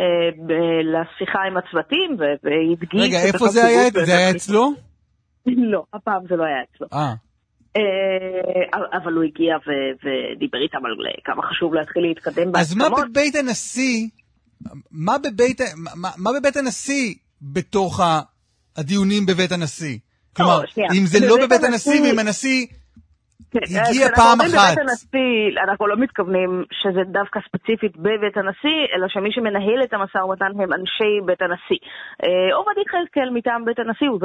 K: לשיחה עם הצוותים והדגיש...
D: רגע, איפה זה היה? זה היה אצלו?
K: לא, הפעם זה לא היה אצלו. אה. אבל הוא הגיע ודיבר איתם על כמה חשוב להתחיל להתקדם בהסכמות.
D: אז מה בבית הנשיא, מה בבית הנשיא בתוך הדיונים בבית הנשיא? כלומר, אם זה לא בבית הנשיא ואם הנשיא הגיע פעם אחת.
K: אנחנו לא מתכוונים שזה דווקא ספציפית בבית הנשיא, אלא שמי שמנהל את המשא ומתן הם אנשי בית הנשיא. עובד יחזקאל מטעם בית הנשיא הוא זה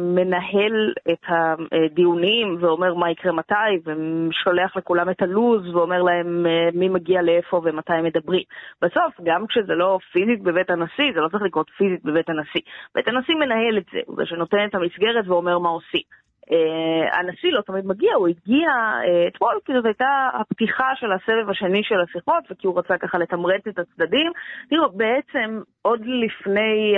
K: שמנהל את הדיונים ואומר מה יקרה מתי, ושולח לכולם את הלוז ואומר להם מי מגיע לאיפה ומתי מדברים. בסוף, גם כשזה לא פיזית בבית הנשיא, זה לא צריך לקרות פיזית בבית הנשיא. בית הנשיא מנהל את זה, הוא זה שנותן את המסגרת ואומר מה עושים. Uh, הנשיא לא תמיד מגיע, הוא הגיע uh, אתמול, כי זאת הייתה הפתיחה של הסבב השני של השיחות, וכי הוא רצה ככה לתמרץ את הצדדים. תראו, בעצם עוד לפני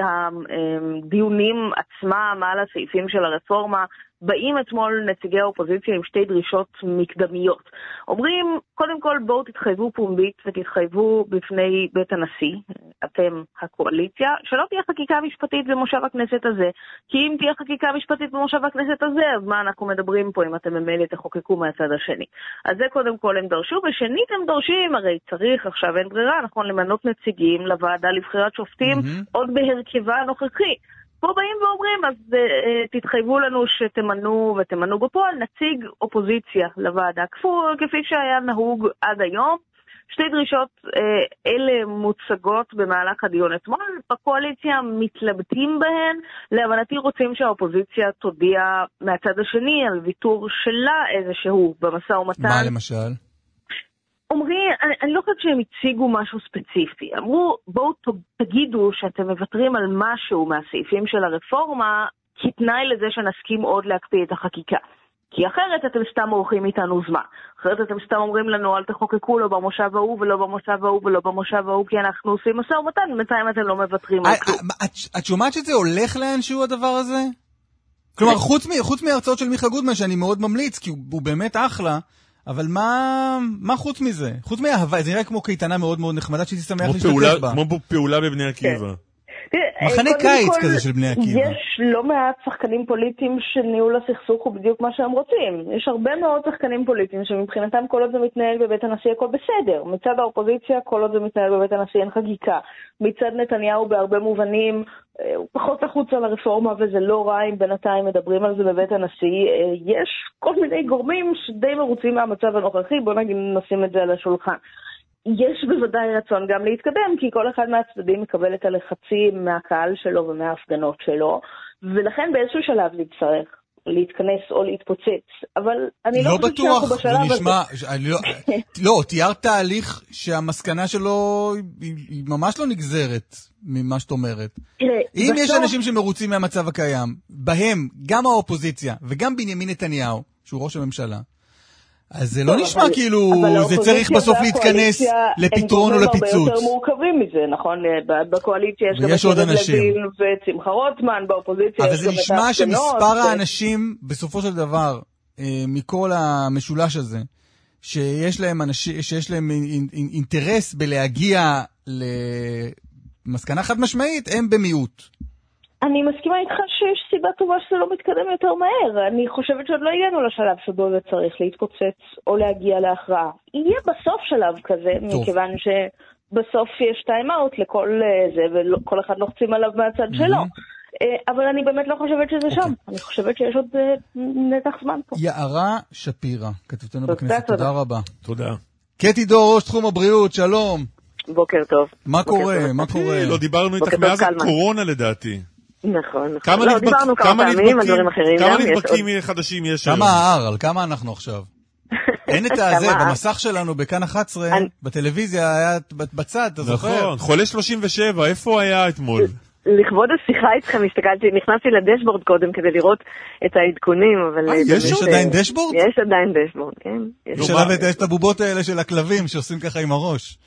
K: הדיונים עצמם על הסעיפים של הרפורמה, באים אתמול נציגי האופוזיציה עם שתי דרישות מקדמיות. אומרים, קודם כל בואו תתחייבו פומבית ותתחייבו בפני בית הנשיא, אתם הקואליציה, שלא תהיה חקיקה משפטית במושב הכנסת הזה. כי אם תהיה חקיקה משפטית במושב הכנסת הזה, אז מה אנחנו מדברים פה אם אתם ממילא תחוקקו מהצד השני? אז זה קודם כל הם דרשו, ושנית הם דורשים, הרי צריך עכשיו אין ברירה, נכון, למנות נציגים לוועדה לבחירת שופטים, mm-hmm. עוד בהרכבה הנוכחי. פה באים ואומרים, אז uh, תתחייבו לנו שתמנו ותמנו בפועל נציג אופוזיציה לוועדה, כפי שהיה נהוג עד היום. שתי דרישות uh, אלה מוצגות במהלך הדיון אתמול, בקואליציה מתלבטים בהן, להבנתי רוצים שהאופוזיציה תודיע מהצד השני על ויתור שלה איזשהו במשא ומתן.
D: מה למשל?
K: אומרים, אני, אני לא חושבת שהם הציגו משהו ספציפי. אמרו, בואו תגידו שאתם מוותרים על משהו מהסעיפים של הרפורמה, כתנאי לזה שנסכים עוד להקפיא את החקיקה. כי אחרת אתם סתם עורכים איתנו זמן. אחרת אתם סתם אומרים לנו, אל תחוקקו לא במושב ההוא ולא במושב ההוא ולא במושב ההוא, כי אנחנו עושים משא ומתן, בינתיים אתם לא מוותרים על כלום.
D: את שומעת שזה הולך לאנשהו הדבר הזה? כלומר, חוץ מהרצאות של מיכה גודמן, שאני מאוד ממליץ, כי הוא באמת אחלה, אבל מה, מה חוץ מזה? חוץ מהאהבה, זה נראה כמו קייטנה מאוד מאוד נחמדה שהיא תשמח להשתתף בה.
C: כמו פעולה בבני עקיבא.
D: מחנה קיץ כזה של בני עקיבא.
K: יש לא מעט שחקנים פוליטיים שניהול הסכסוך הוא בדיוק מה שהם רוצים. יש הרבה מאוד שחקנים פוליטיים שמבחינתם כל עוד זה מתנהל בבית הנשיא הכל בסדר. מצד האופוזיציה כל עוד זה מתנהל בבית הנשיא אין חקיקה. מצד נתניהו בהרבה מובנים הוא פחות לחוץ על הרפורמה וזה לא רע אם בינתיים מדברים על זה בבית הנשיא. יש כל מיני גורמים שדי מרוצים מהמצב הנוכחי, בוא נגיד נשים את זה על השולחן.
M: יש בוודאי רצון גם להתקדם, כי כל אחד מהצדדים מקבל את הלחצים מהקהל שלו ומההפגנות שלו, ולכן באיזשהו שלב נצטרך להתכנס או להתפוצץ, אבל אני לא,
D: לא
M: חושבת שאנחנו בשלב הזה.
D: נשמע, לא, לא, תיארת תהליך שהמסקנה שלו היא, היא ממש לא נגזרת ממה שאת אומרת.
M: תראה,
D: אם
M: בסוף...
D: יש אנשים שמרוצים מהמצב הקיים, בהם גם האופוזיציה וגם בנימין נתניהו, שהוא ראש הממשלה, אז זה לא נשמע כאילו זה צריך בסוף להתכנס לפתרון או לפיצוץ. הם הרבה יותר
M: מורכבים מזה, נכון? בקואליציה יש גם את יריב לוין ושמחה רוטמן, באופוזיציה
D: אבל זה נשמע שמספר האנשים בסופו של דבר, מכל המשולש הזה, שיש להם אנשים, שיש להם אינטרס בלהגיע למסקנה חד משמעית, הם במיעוט.
M: אני מסכימה איתך שיש סיבה טובה שזה לא מתקדם יותר מהר. אני חושבת שעוד לא הגענו לשלב שבו זה צריך להתפוצץ או להגיע להכרעה. יהיה בסוף שלב כזה, טוב. מכיוון שבסוף יש טיים-אאוט לכל זה, וכל אחד לוחצים עליו מהצד mm-hmm. שלו. אבל אני באמת לא חושבת שזה okay. שם. אני חושבת שיש עוד נתח זמן פה.
D: יערה שפירא, כתבתנו בכנסת, תודה, תודה רבה.
C: תודה.
D: קטי דור, ראש תחום הבריאות, שלום.
N: בוקר טוב.
D: מה
N: בוקר
D: קורה?
N: טוב.
D: מה קורה?
C: לא דיברנו איתך מאז הקורונה לדעתי.
N: נכון, נכון.
C: כמה
N: לא,
C: נדבק,
N: דיברנו כמה
C: כמה
N: פעמים,
C: נדבקים,
N: הדברים אחרים.
C: כמה
N: גם
C: נדבקים
N: יש
C: חדשים יש
D: כמה
C: היום?
D: הער, על כמה אנחנו עכשיו? אין את הזה, במסך שלנו, בכאן אחת עשרה, בטלוויזיה היה בצד, אתה זוכר?
C: נכון, חולה שלושים ושבע, איפה היה אתמול?
N: לכבוד השיחה איתכם, הסתכלתי, נכנסתי לדשבורד קודם כדי לראות את העדכונים, אבל...
D: יש עדיין דשבורד?
N: יש עדיין דשבורד, כן.
D: יש את הבובות האלה של הכלבים שעושים ככה עם הראש.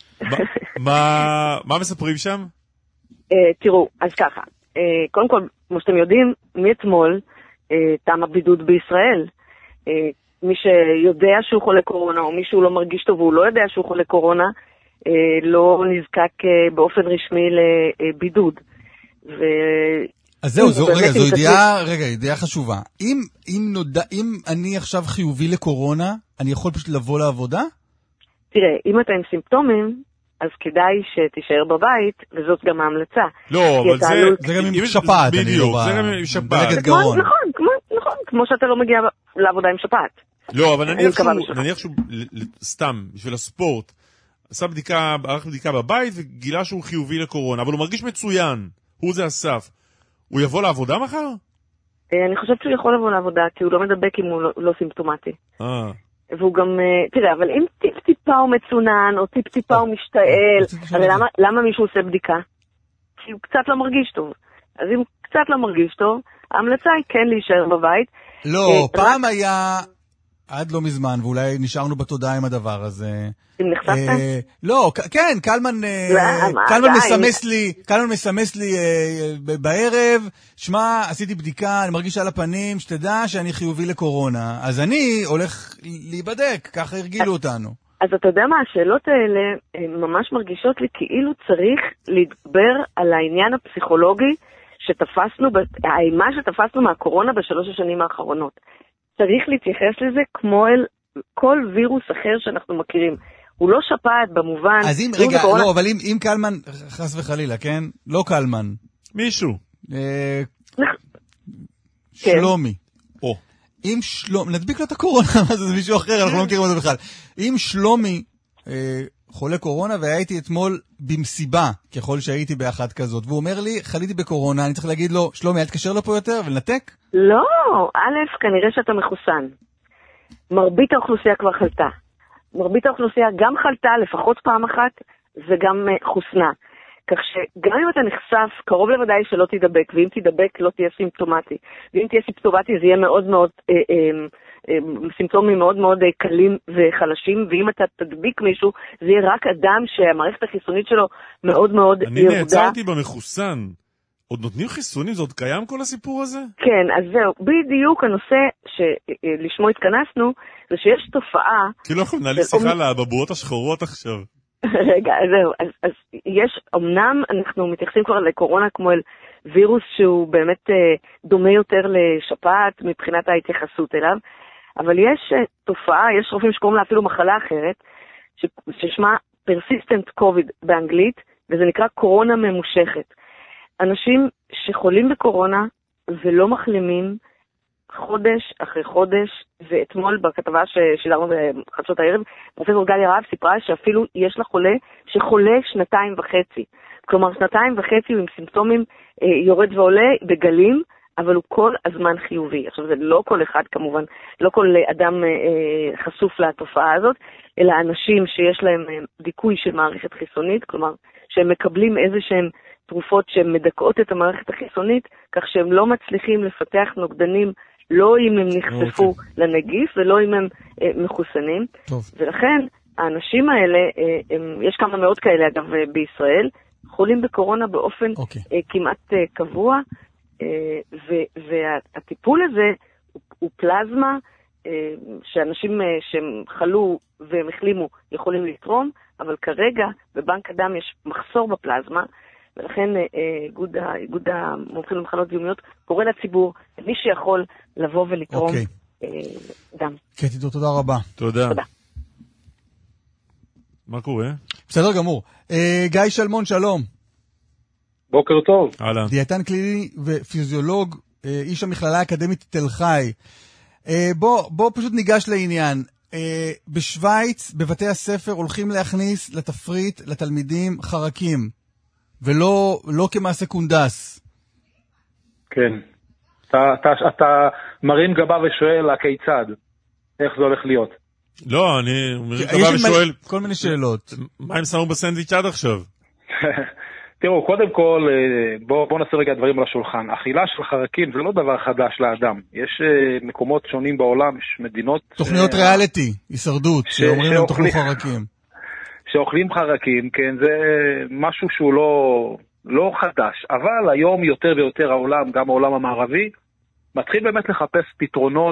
C: מה מספרים שם?
N: תראו, אז ככה, קודם כל, כמו שאתם יודעים, מאתמול תם הבידוד בישראל. מי שיודע שהוא חולה קורונה, או מי שהוא לא מרגיש טוב והוא לא יודע שהוא חולה קורונה, לא נזקק באופן רשמי לבידוד. ו...
D: אז זהו, זו, רגע, זו ידיעה, רגע, ידיעה חשובה. אם, אם נודע, אם אני עכשיו חיובי לקורונה, אני יכול פשוט לבוא לעבודה?
N: תראה, אם אתה עם סימפטומים, אז כדאי שתישאר בבית, וזאת גם ההמלצה.
C: לא, אבל זה...
D: זה גם עם שפעת, אני לא בא...
C: זה גם עם שפעת.
N: נכון, נכון, כמו שאתה לא מגיע לעבודה עם שפעת.
C: לא, אבל נניח שהוא, סתם, בשביל הספורט, עשה בדיקה, ערך בדיקה בבית, וגילה שהוא חיובי לקורונה, אבל הוא מרגיש מצוין, הוא זה אסף. הוא יבוא לעבודה מחר?
N: אני חושבת שהוא יכול לבוא לעבודה, כי הוא לא מדבק אם הוא לא סימפטומטי.
C: אה.
N: והוא גם, תראה, אבל אם טיפ-טיפה הוא מצונן, או טיפ-טיפה הוא משתעל, הרי למה, למה מישהו עושה בדיקה? כי הוא קצת לא מרגיש טוב. אז אם קצת לא מרגיש טוב, ההמלצה היא כן להישאר בבית.
D: לא, פעם היה, עד לא מזמן, ואולי נשארנו בתודעה עם הדבר הזה.
N: אם נחשפת?
D: לא, כן, קלמן קלמן מסמס לי, קלמן מסמס לי בערב, שמע, עשיתי בדיקה, אני מרגיש על הפנים, שתדע שאני חיובי לקורונה, אז אני הולך להיבדק, ככה הרגילו אותנו.
N: אז אתה יודע מה, השאלות האלה ממש מרגישות לי כאילו צריך להתגבר על העניין הפסיכולוגי שתפסנו, האימה שתפסנו מהקורונה בשלוש השנים האחרונות. צריך להתייחס לזה כמו אל כל וירוס אחר שאנחנו מכירים. הוא לא שפעת במובן...
D: אז אם, רגע, בקורונה... לא, אבל אם, אם קלמן, חס וחלילה, כן? לא קלמן.
C: מישהו.
D: אה,
N: כן.
D: שלומי.
C: או.
D: אם שלומי, נדביק לו את הקורונה, זה מישהו אחר, אנחנו לא מכירים את זה בכלל. אם שלומי אה, חולה קורונה, והייתי אתמול במסיבה, ככל שהייתי באחת כזאת, והוא אומר לי, חליתי בקורונה, אני צריך להגיד לו, שלומי, אל תקשר לו פה יותר ולנתק?
N: לא, א', כנראה שאתה מחוסן. מרבית האוכלוסייה כבר חלתה. מרבית האוכלוסייה גם חלתה לפחות פעם אחת, וגם חוסנה. כך שגם אם אתה נחשף, קרוב לוודאי שלא תדבק, ואם תדבק לא תהיה סימפטומטי. ואם תהיה סימפטומטי זה יהיה מאוד מאוד, אה, אה, אה, סימפטומים מאוד מאוד אה, קלים וחלשים, ואם אתה תדביק מישהו, זה יהיה רק אדם שהמערכת החיסונית שלו מאוד מאוד
C: אני
N: ירודה.
C: אני נעצרתי במחוסן. עוד נותנים חיסונים? זה עוד קיים כל הסיפור הזה?
N: כן, אז זהו. בדיוק הנושא שלשמו התכנסנו, זה שיש תופעה...
C: כאילו אנחנו מנהלים שיחה לבבואות השחורות עכשיו.
N: רגע, זהו. אז, אז יש, אמנם אנחנו מתייחסים כבר לקורונה כמו אל וירוס שהוא באמת אה, דומה יותר לשפעת מבחינת ההתייחסות אליו, אבל יש אה, תופעה, יש רופאים שקוראים לה אפילו מחלה אחרת, ש, ששמה persistent COVID באנגלית, וזה נקרא קורונה ממושכת. אנשים שחולים בקורונה ולא מחלימים, חודש אחרי חודש, ואתמול בכתבה ששידרנו בחדשות הערב, פרופסור גליה רהב סיפרה שאפילו יש לה חולה שחולה שנתיים וחצי. כלומר, שנתיים וחצי הוא עם סימפטומים אה, יורד ועולה בגלים, אבל הוא כל הזמן חיובי. עכשיו, זה לא כל אחד כמובן, לא כל אדם אה, חשוף לתופעה הזאת, אלא אנשים שיש להם אה, דיכוי של מערכת חיסונית, כלומר, שהם מקבלים איזה שהם תרופות שהן מדכאות את המערכת החיסונית, כך שהם לא מצליחים לפתח נוגדנים, לא אם הם נחשפו okay. לנגיף, ולא אם הם אה, מחוסנים. טוב. ולכן, האנשים האלה, אה, הם, יש כמה מאות כאלה אגב אה, בישראל, חולים בקורונה באופן okay. אה, כמעט אה, קבוע, אה, ו- והטיפול הזה הוא, הוא פלזמה, אה, שאנשים אה, שהם חלו והם החלימו יכולים לתרום, אבל כרגע בבנק הדם יש מחסור בפלזמה, ולכן איגוד איגוד המומחים למחלות זיהומיות קורא לציבור, מי שיכול לבוא ולתרום okay. דם.
D: קטי, תודה רבה.
C: תודה. תודה. מה קורה?
D: בסדר גמור. גיא שלמון, שלום.
O: בוקר טוב.
C: אהלן.
D: דיאטן קליני ופיזיולוג, איש המכללה האקדמית תל חי. בוא, בוא פשוט ניגש לעניין. בשוויץ, בבתי הספר, הולכים להכניס לתפריט לתלמידים חרקים. ולא לא כמעשה קונדס.
O: כן. אתה, אתה, אתה מרים גבה ושואל הכיצד. איך זה הולך להיות?
C: לא, אני מרים גבה ושואל...
D: כל מיני שאלות.
C: מה הם שמו בסנדוויץ' עד עכשיו?
O: תראו, קודם כל, בואו בוא נעשה רגע דברים על השולחן. אכילה של חרקים זה לא דבר חדש לאדם. יש מקומות שונים בעולם, יש מדינות...
D: תוכניות ריאליטי, הישרדות, שאומרים להם תאכלו חרקים.
O: שאוכלים חרקים, כן, זה משהו שהוא לא, לא חדש, אבל היום יותר ויותר העולם, גם העולם המערבי, מתחיל באמת לחפש פתרונות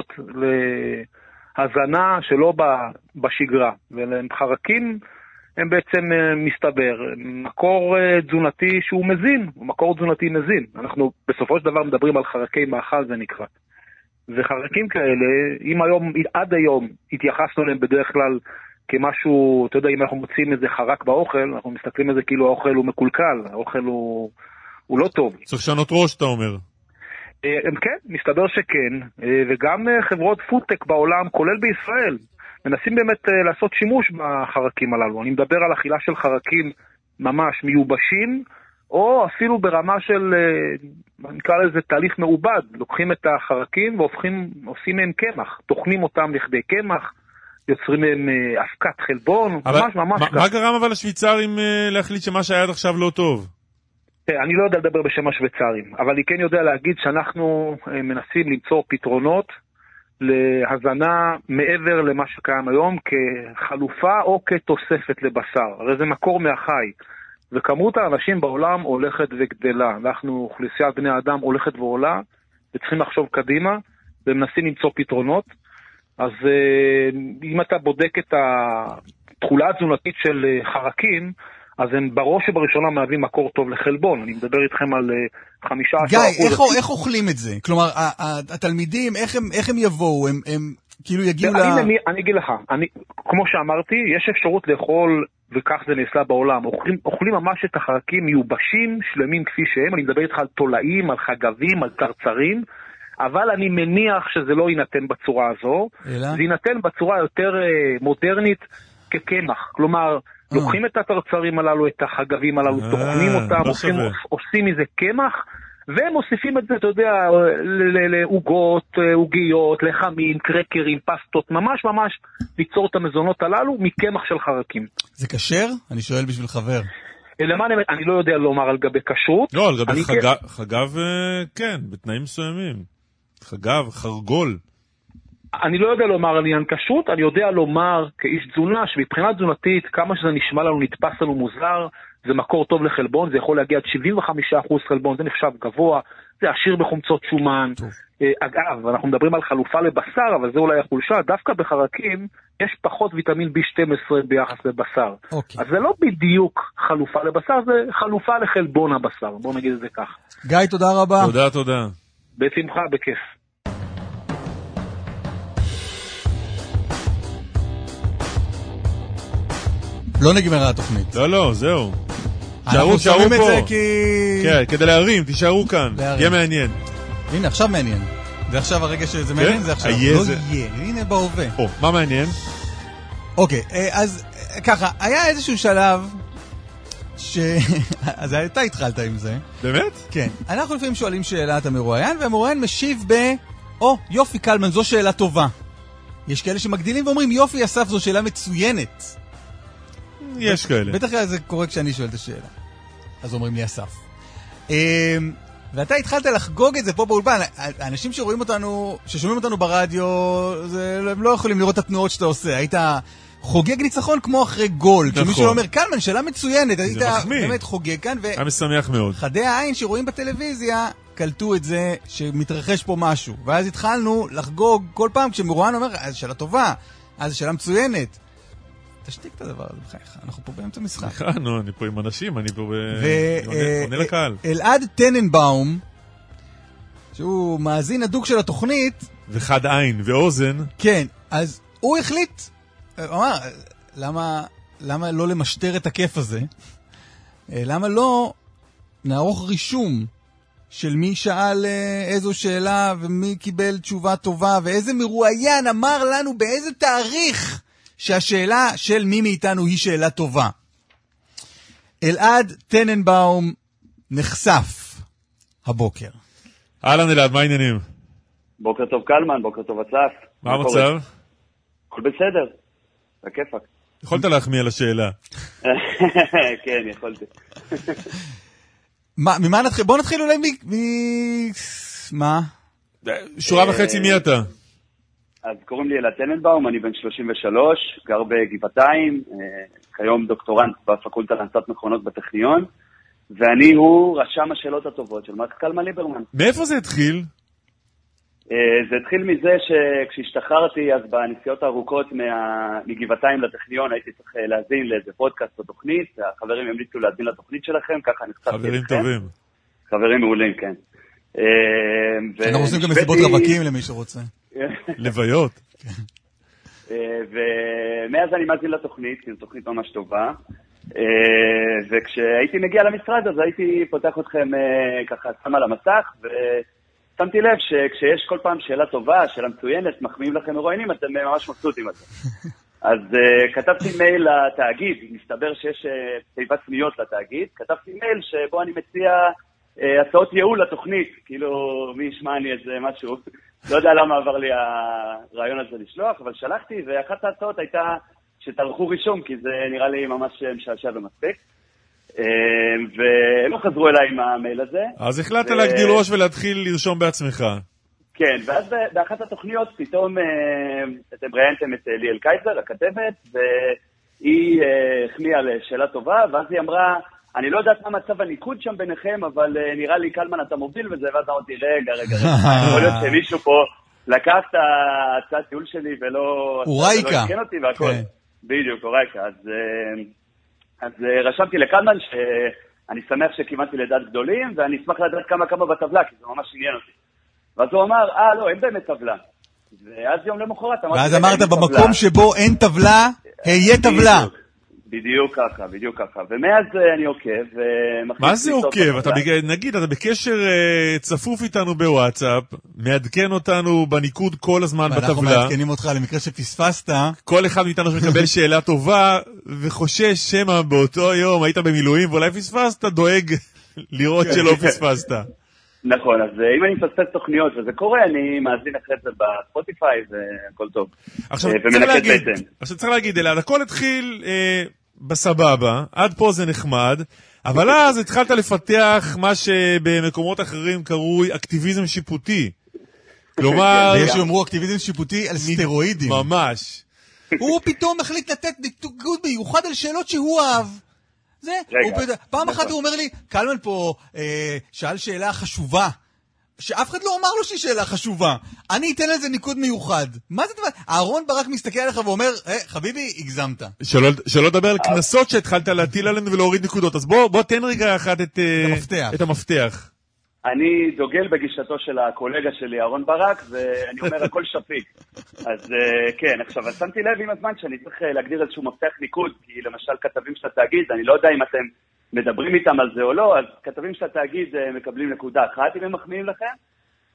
O: להזנה שלא בשגרה, וחרקים הם בעצם מסתבר, מקור תזונתי שהוא מזין, מקור תזונתי מזין. אנחנו בסופו של דבר מדברים על חרקי מאכל, זה נקרא. וחרקים כאלה, אם היום, עד היום התייחסנו להם בדרך כלל, כמשהו, אתה יודע, אם אנחנו מוצאים איזה חרק באוכל, אנחנו מסתכלים על זה כאילו האוכל הוא מקולקל, האוכל הוא, הוא לא טוב.
C: צריך שנות ראש, אתה אומר.
O: כן, מסתבר שכן, וגם חברות פודטק בעולם, כולל בישראל, מנסים באמת לעשות שימוש בחרקים הללו. אני מדבר על אכילה של חרקים ממש מיובשים, או אפילו ברמה של, נקרא לזה תהליך מעובד, לוקחים את החרקים והופכים, עושים מהם קמח, תוכנים אותם לכדי קמח, יוצרים מהם הפקת חלבון, ממש ממש
C: ככה. מה גרם אבל השוויצרים להחליט שמה שהיה עד עכשיו לא טוב?
O: אני לא יודע לדבר בשם השוויצרים, אבל אני כן יודע להגיד שאנחנו מנסים למצוא פתרונות להזנה מעבר למה שקיים היום כחלופה או כתוספת לבשר. הרי זה מקור מהחי, וכמות האנשים בעולם הולכת וגדלה. אנחנו, אוכלוסיית בני האדם הולכת ועולה, וצריכים לחשוב קדימה, ומנסים למצוא פתרונות. אז אם אתה בודק את התכולה התזונתית של חרקים, אז הם בראש ובראשונה מהווים מקור טוב לחלבון. אני מדבר איתכם על חמישה עשר אחוז.
D: גיא, איך, איך אוכלים את זה? כלומר, התלמידים, איך הם, איך הם יבואו? הם, הם כאילו יגיעו ל...
O: אני, אני אגיד לך, אני, כמו שאמרתי, יש אפשרות לאכול, וכך זה נעשה בעולם. אוכלים, אוכלים ממש את החרקים מיובשים, שלמים כפי שהם. אני מדבר איתך על תולעים, על חגבים, על צרצרים. אבל אני מניח שזה לא יינתן בצורה הזו, אלא? זה יינתן בצורה יותר uh, מודרנית כקמח. כלומר, uh. לוקחים את התרצרים הללו, את החגבים הללו, uh, תוכנים אותם, לא עושים, עושים מזה קמח, והם מוסיפים את זה, אתה יודע, לעוגות, עוגיות, לחמים, קרקרים, פסטות, ממש ממש ליצור את המזונות הללו מקמח של חרקים.
D: זה כשר? אני שואל בשביל חבר.
O: למען האמת, אני לא יודע לומר על גבי כשרות.
C: לא, על גבי חגב, כן. חגב, כן, בתנאים מסוימים. חגב, חרגול.
O: אני לא יודע לומר על עניין כשרות, אני יודע לומר כאיש תזונה, שמבחינה תזונתית, כמה שזה נשמע לנו, נתפס לנו מוזר, זה מקור טוב לחלבון, זה יכול להגיע עד שבעים וחמישה אחוז חלבון, זה נחשב גבוה, זה עשיר בחומצות שומן. טוב. אגב, אנחנו מדברים על חלופה לבשר, אבל זה אולי החולשה, דווקא בחרקים יש פחות ויטמין בי שתים עשרה ביחס לבשר. אוקיי. אז זה לא בדיוק חלופה לבשר, זה חלופה לחלבון הבשר, בואו נגיד את זה כך.
D: גיא, תודה רבה.
C: תודה, תודה.
O: בשמחה, בכיף.
D: לא נגמרה התוכנית.
C: לא, לא, זהו.
D: אנחנו שומעים את זה כי...
C: כן, כדי להרים, תישארו כאן. יהיה מעניין.
D: הנה, עכשיו מעניין. זה עכשיו הרגע שזה מעניין, זה עכשיו. לא יהיה, הנה בהווה.
C: או, מה מעניין?
D: אוקיי, אז ככה, היה איזשהו שלב ש... אז אתה התחלת עם זה.
C: באמת?
D: כן. אנחנו לפעמים שואלים שאלת המרואיין, והמרואיין משיב ב... או, יופי קלמן, זו שאלה טובה. יש כאלה שמגדילים ואומרים, יופי אסף, זו שאלה מצוינת.
C: יש כאלה.
D: בטח זה קורה כשאני שואל את השאלה. אז אומרים לי אסף. ואתה התחלת לחגוג את זה פה באולפן. האנשים שרואים אותנו, ששומעים אותנו ברדיו, הם לא יכולים לראות את התנועות שאתה עושה. היית חוגג ניצחון כמו אחרי גול.
C: נכון.
D: כשמישהו אומר, קלמן, שאלה מצוינת. היית
C: מחמיא.
D: באמת חוגג כאן.
C: היה משמח מאוד.
D: חדי העין שרואים בטלוויזיה, קלטו את זה שמתרחש פה משהו. ואז התחלנו לחגוג כל פעם כשמרואיין אומר, אז שאלה טובה, אז שאלה מצוינת. תשתיק את הדבר הזה בחייך, אנחנו פה באמצע משחק.
C: סליחה, נו, אני פה עם אנשים, אני פה עונה לקהל.
D: אלעד טננבאום, שהוא מאזין הדוק של התוכנית,
C: וחד עין ואוזן.
D: כן, אז הוא החליט, הוא אמר, למה, למה לא למשטר את הכיף הזה? למה לא נערוך רישום של מי שאל איזו שאלה ומי קיבל תשובה טובה, ואיזה מרואיין אמר לנו באיזה תאריך שהשאלה של מי מאיתנו היא שאלה טובה. אלעד טננבאום נחשף הבוקר.
C: אהלן אלעד, מה העניינים?
P: בוקר טוב קלמן, בוקר טוב אסף.
C: מה המצב?
P: הכל בסדר, בכיפק.
C: יכולת להחמיא על השאלה.
P: כן, יכולתי.
D: ממה נתחיל? בוא נתחיל אולי מ... מה?
C: שורה וחצי מי אתה?
P: אז קוראים לי אלעד טננבאום, אני בן שלושים ושלוש, גר בגבעתיים, כיום דוקטורנט בפקולטה להנדסת מכונות בטכניון, ואני הוא רשם השאלות הטובות של מרק קלמן ליברמן.
C: מאיפה זה התחיל?
P: זה התחיל מזה שכשהשתחררתי, אז בנסיעות הארוכות מגבעתיים לטכניון, הייתי צריך להזין לאיזה פודקאסט או תוכנית, החברים המליצו להזין לתוכנית שלכם, ככה נחשפתי לכם.
C: חברים טובים.
P: חברים מעולים, כן.
D: אנחנו עושים גם מסיבות רווקים למי שרוצה.
C: לוויות.
P: ומאז אני מאזין לתוכנית, כי זו תוכנית ממש טובה. וכשהייתי מגיע למשרד, אז הייתי פותח אתכם ככה שם על המסך, ושמתי לב שכשיש כל פעם שאלה טובה, שאלה מצוינת, מחמיאים לכם מרואיינים, אתם ממש מבסוטים על זה. אז כתבתי מייל לתאגיד, מסתבר שיש תיבת פניות לתאגיד, כתבתי מייל שבו אני מציע הצעות ייעול לתוכנית, כאילו מי ישמע לי איזה משהו, לא יודע למה עבר לי הרעיון הזה לשלוח, אבל שלחתי, ואחת ההצעות הייתה שתערכו רישום, כי זה נראה לי ממש משעשע ומספיק, ולא חזרו אליי עם המייל הזה.
C: אז החלטת להגדיל ראש ולהתחיל לרשום בעצמך.
P: כן, ואז באחת התוכניות פתאום אתם ראיינתם את ליאל קייזר, הכתבת, והיא החמיאה לשאלה טובה, ואז היא אמרה, אני לא יודעת מה מצב הניקוד שם ביניכם, אבל נראה לי קלמן אתה מוביל וזה, ואז אמרתי, רגע, רגע, רגע, יכול להיות שמישהו פה לקח את הצעת טיול שלי ולא...
D: אורייקה.
P: עדכן אותי והכל. בדיוק, אורייקה. אז רשמתי לקלמן שאני שמח שכיוונתי לדעת גדולים, ואני אשמח לדעת כמה כמה בטבלה, כי זה ממש עניין אותי. ואז הוא אמר, אה, לא, אין באמת טבלה. ואז יום למחרת אמרתי...
D: ואז אמרת, במקום שבו אין טבלה, היה טבלה.
P: בדיוק ככה, בדיוק ככה. ומאז אני עוקב.
C: מה זה עוקב? אתה, נגיד, אתה בקשר צפוף איתנו בוואטסאפ, מעדכן אותנו בניקוד כל הזמן בטבלה.
D: ואנחנו מעדכנים אותך למקרה שפספסת.
C: כל אחד מאיתנו שמקבל שאלה טובה, וחושש שמה באותו יום היית במילואים, ואולי פספסת, דואג לראות שלא פספסת.
P: נכון, אז אם אני מפספס תוכניות, וזה קורה, אני מאזין אחרי זה בספוטיפיי, והכל טוב.
C: עכשיו צריך להגיד, אלעד, הכל התחיל בסבבה, עד פה זה נחמד, אבל אז התחלת לפתח מה שבמקומות אחרים קרוי אקטיביזם שיפוטי. כלומר...
D: ויש שאומרו אקטיביזם שיפוטי על סטרואידים.
C: ממש.
D: הוא פתאום החליט לתת ניקוד מיוחד על שאלות שהוא אהב. זה, פד... פעם אחת הוא אומר לי, קלמן פה אה, שאל שאלה חשובה, שאף אחד לא אמר לו שהיא שאלה חשובה, אני אתן לזה ניקוד מיוחד. מה זה דבר? אהרון ברק מסתכל עליך ואומר, אה, חביבי, הגזמת.
C: שלא, שלא דבר על כנסות שהתחלת להטיל עלינו ולהוריד נקודות, אז בוא, בוא תן רגע אחת את,
D: המפתח.
C: את המפתח.
P: אני דוגל בגישתו של הקולגה שלי, אהרון ברק, ואני אומר, הכל שפיק. אז כן, עכשיו, שמתי לב עם הזמן שאני צריך להגדיר איזשהו מפתח ניקוד, כי למשל כתבים של התאגיד, אני לא יודע אם אתם מדברים איתם על זה או לא, אז כתבים של התאגיד מקבלים נקודה אחת אם הם מחמיאים לכם,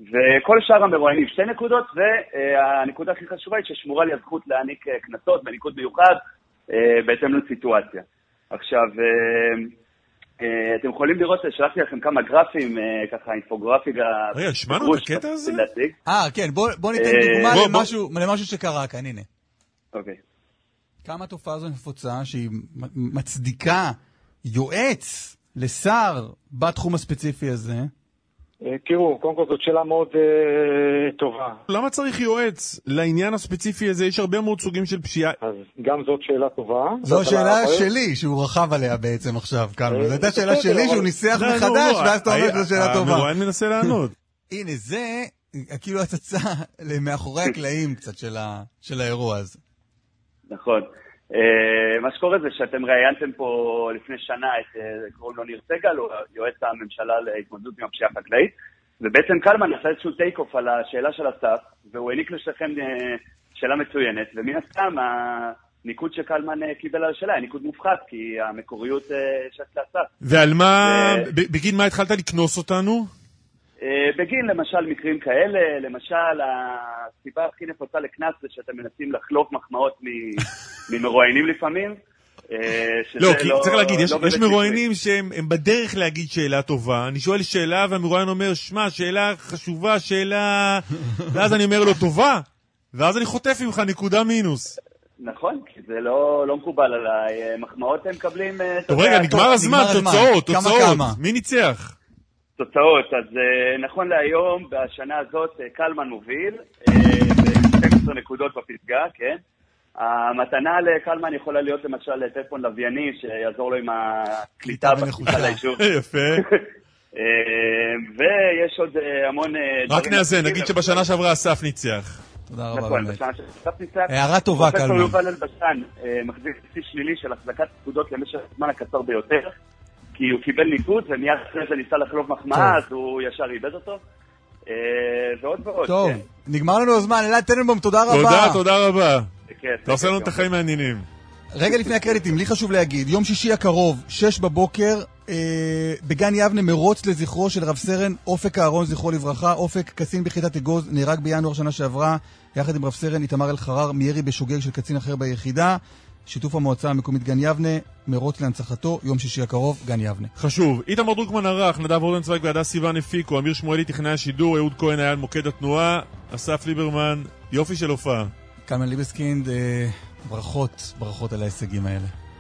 P: וכל שאר המרואיינים שתי נקודות, והנקודה הכי חשובה היא ששמורה לי הזכות להעניק קנסות בניקוד מיוחד בהתאם לסיטואציה. עכשיו, אתם יכולים לראות, שלחתי לכם כמה גרפים, ככה אינפוגרפיק.
C: רגע, שמענו את הקטע הזה?
D: אה, כן, בוא ניתן דוגמה למשהו שקרה כאן, הנה.
P: אוקיי.
D: כמה התופעה הזו נפוצה שהיא מצדיקה יועץ לשר בתחום הספציפי הזה?
Q: תראו, קודם כל זאת שאלה מאוד טובה.
C: למה צריך יועץ לעניין הספציפי הזה? יש הרבה מאוד סוגים של פשיעה.
Q: אז גם זאת שאלה טובה.
D: זו השאלה שלי, שהוא רחב עליה בעצם עכשיו. זו הייתה שאלה שלי שהוא ניסח מחדש, ואז אתה אומר שזו שאלה טובה.
C: המרואיין מנסה לענות.
D: הנה, זה כאילו הצצה למאחורי הקלעים קצת של האירוע הזה.
P: נכון. מה שקורה זה שאתם ראיינתם פה לפני שנה את קוראים לו ניר סגל, הוא יועץ הממשלה להתמודדות עם הפשיעה החקלאית, ובעצם קלמן עשה איזשהו טייק אוף על השאלה של אסף, והוא העניק לשלכם שאלה מצוינת, ומן הסתם הניקוד שקלמן קיבל על השאלה, הניקוד מופחת, כי המקוריות של אסף.
C: ועל מה, בגין מה התחלת לקנוס אותנו?
P: בגין למשל מקרים כאלה, למשל הסיבה הכי נפוצה לקנס זה שאתם מנסים לחלוף מחמאות ממרואיינים לפעמים.
C: לא, כי צריך להגיד, יש מרואיינים שהם בדרך להגיד שאלה טובה, אני שואל שאלה והמרואיין אומר, שמע, שאלה חשובה, שאלה, ואז אני אומר לו טובה, ואז אני חוטף ממך נקודה מינוס.
P: נכון, כי זה לא מקובל עליי, מחמאות הם מקבלים...
C: טוב רגע, נגמר הזמן, תוצאות, תוצאות, מי ניצח?
P: תוצאות, אז נכון להיום, בשנה הזאת, קלמן מוביל, ב-שתים עשרה נקודות בפסגה, כן? המתנה לקלמן יכולה להיות למשל טלפון לווייני, שיעזור לו עם הקליטה בכניסה ליישוב.
C: יפה.
P: ויש עוד המון...
C: רק נעשה, נגיד שבשנה שעברה אסף ניצח.
D: תודה רבה.
P: נכון, בשנה שעברה אסף ניצח.
D: הערה טובה, קלמן.
P: פרופסור יובל אלבשן מחזיק שיא שלילי של החזקת נקודות למשך הזמן הקצר ביותר. כי הוא קיבל ניקוד, ומיד אחרי זה ניסה לחלוף מחמאה, אז הוא ישר איבד אותו. ועוד ועוד.
D: טוב, נגמר לנו הזמן. אלעד טננבאום, תודה רבה.
C: תודה, תודה רבה. אתה עושה לנו את החיים מעניינים.
D: רגע לפני הקרדיטים, לי חשוב להגיד, יום שישי הקרוב, שש בבוקר, בגן יבנה מרוץ לזכרו של רב סרן אופק אהרון, זכרו לברכה. אופק, קצין ביחידת אגוז, נהרג בינואר שנה שעברה, יחד עם רב סרן איתמר אלחרר, מירי בשוגג של קצין אחר ביחידה. שיתוף המועצה המקומית גן יבנה, מרוץ להנצחתו, יום שישי הקרוב, גן יבנה.
C: חשוב, איתמר דרוקמן ערך, נדב רוזנצוויג ועדה סיוון הפיקו, אמיר שמואלי תכנאי השידור, אהוד כהן היה על מוקד התנועה, אסף ליברמן, יופי של הופעה.
D: קלמן ליבסקינד, ברכות, ברכות על ההישגים האלה.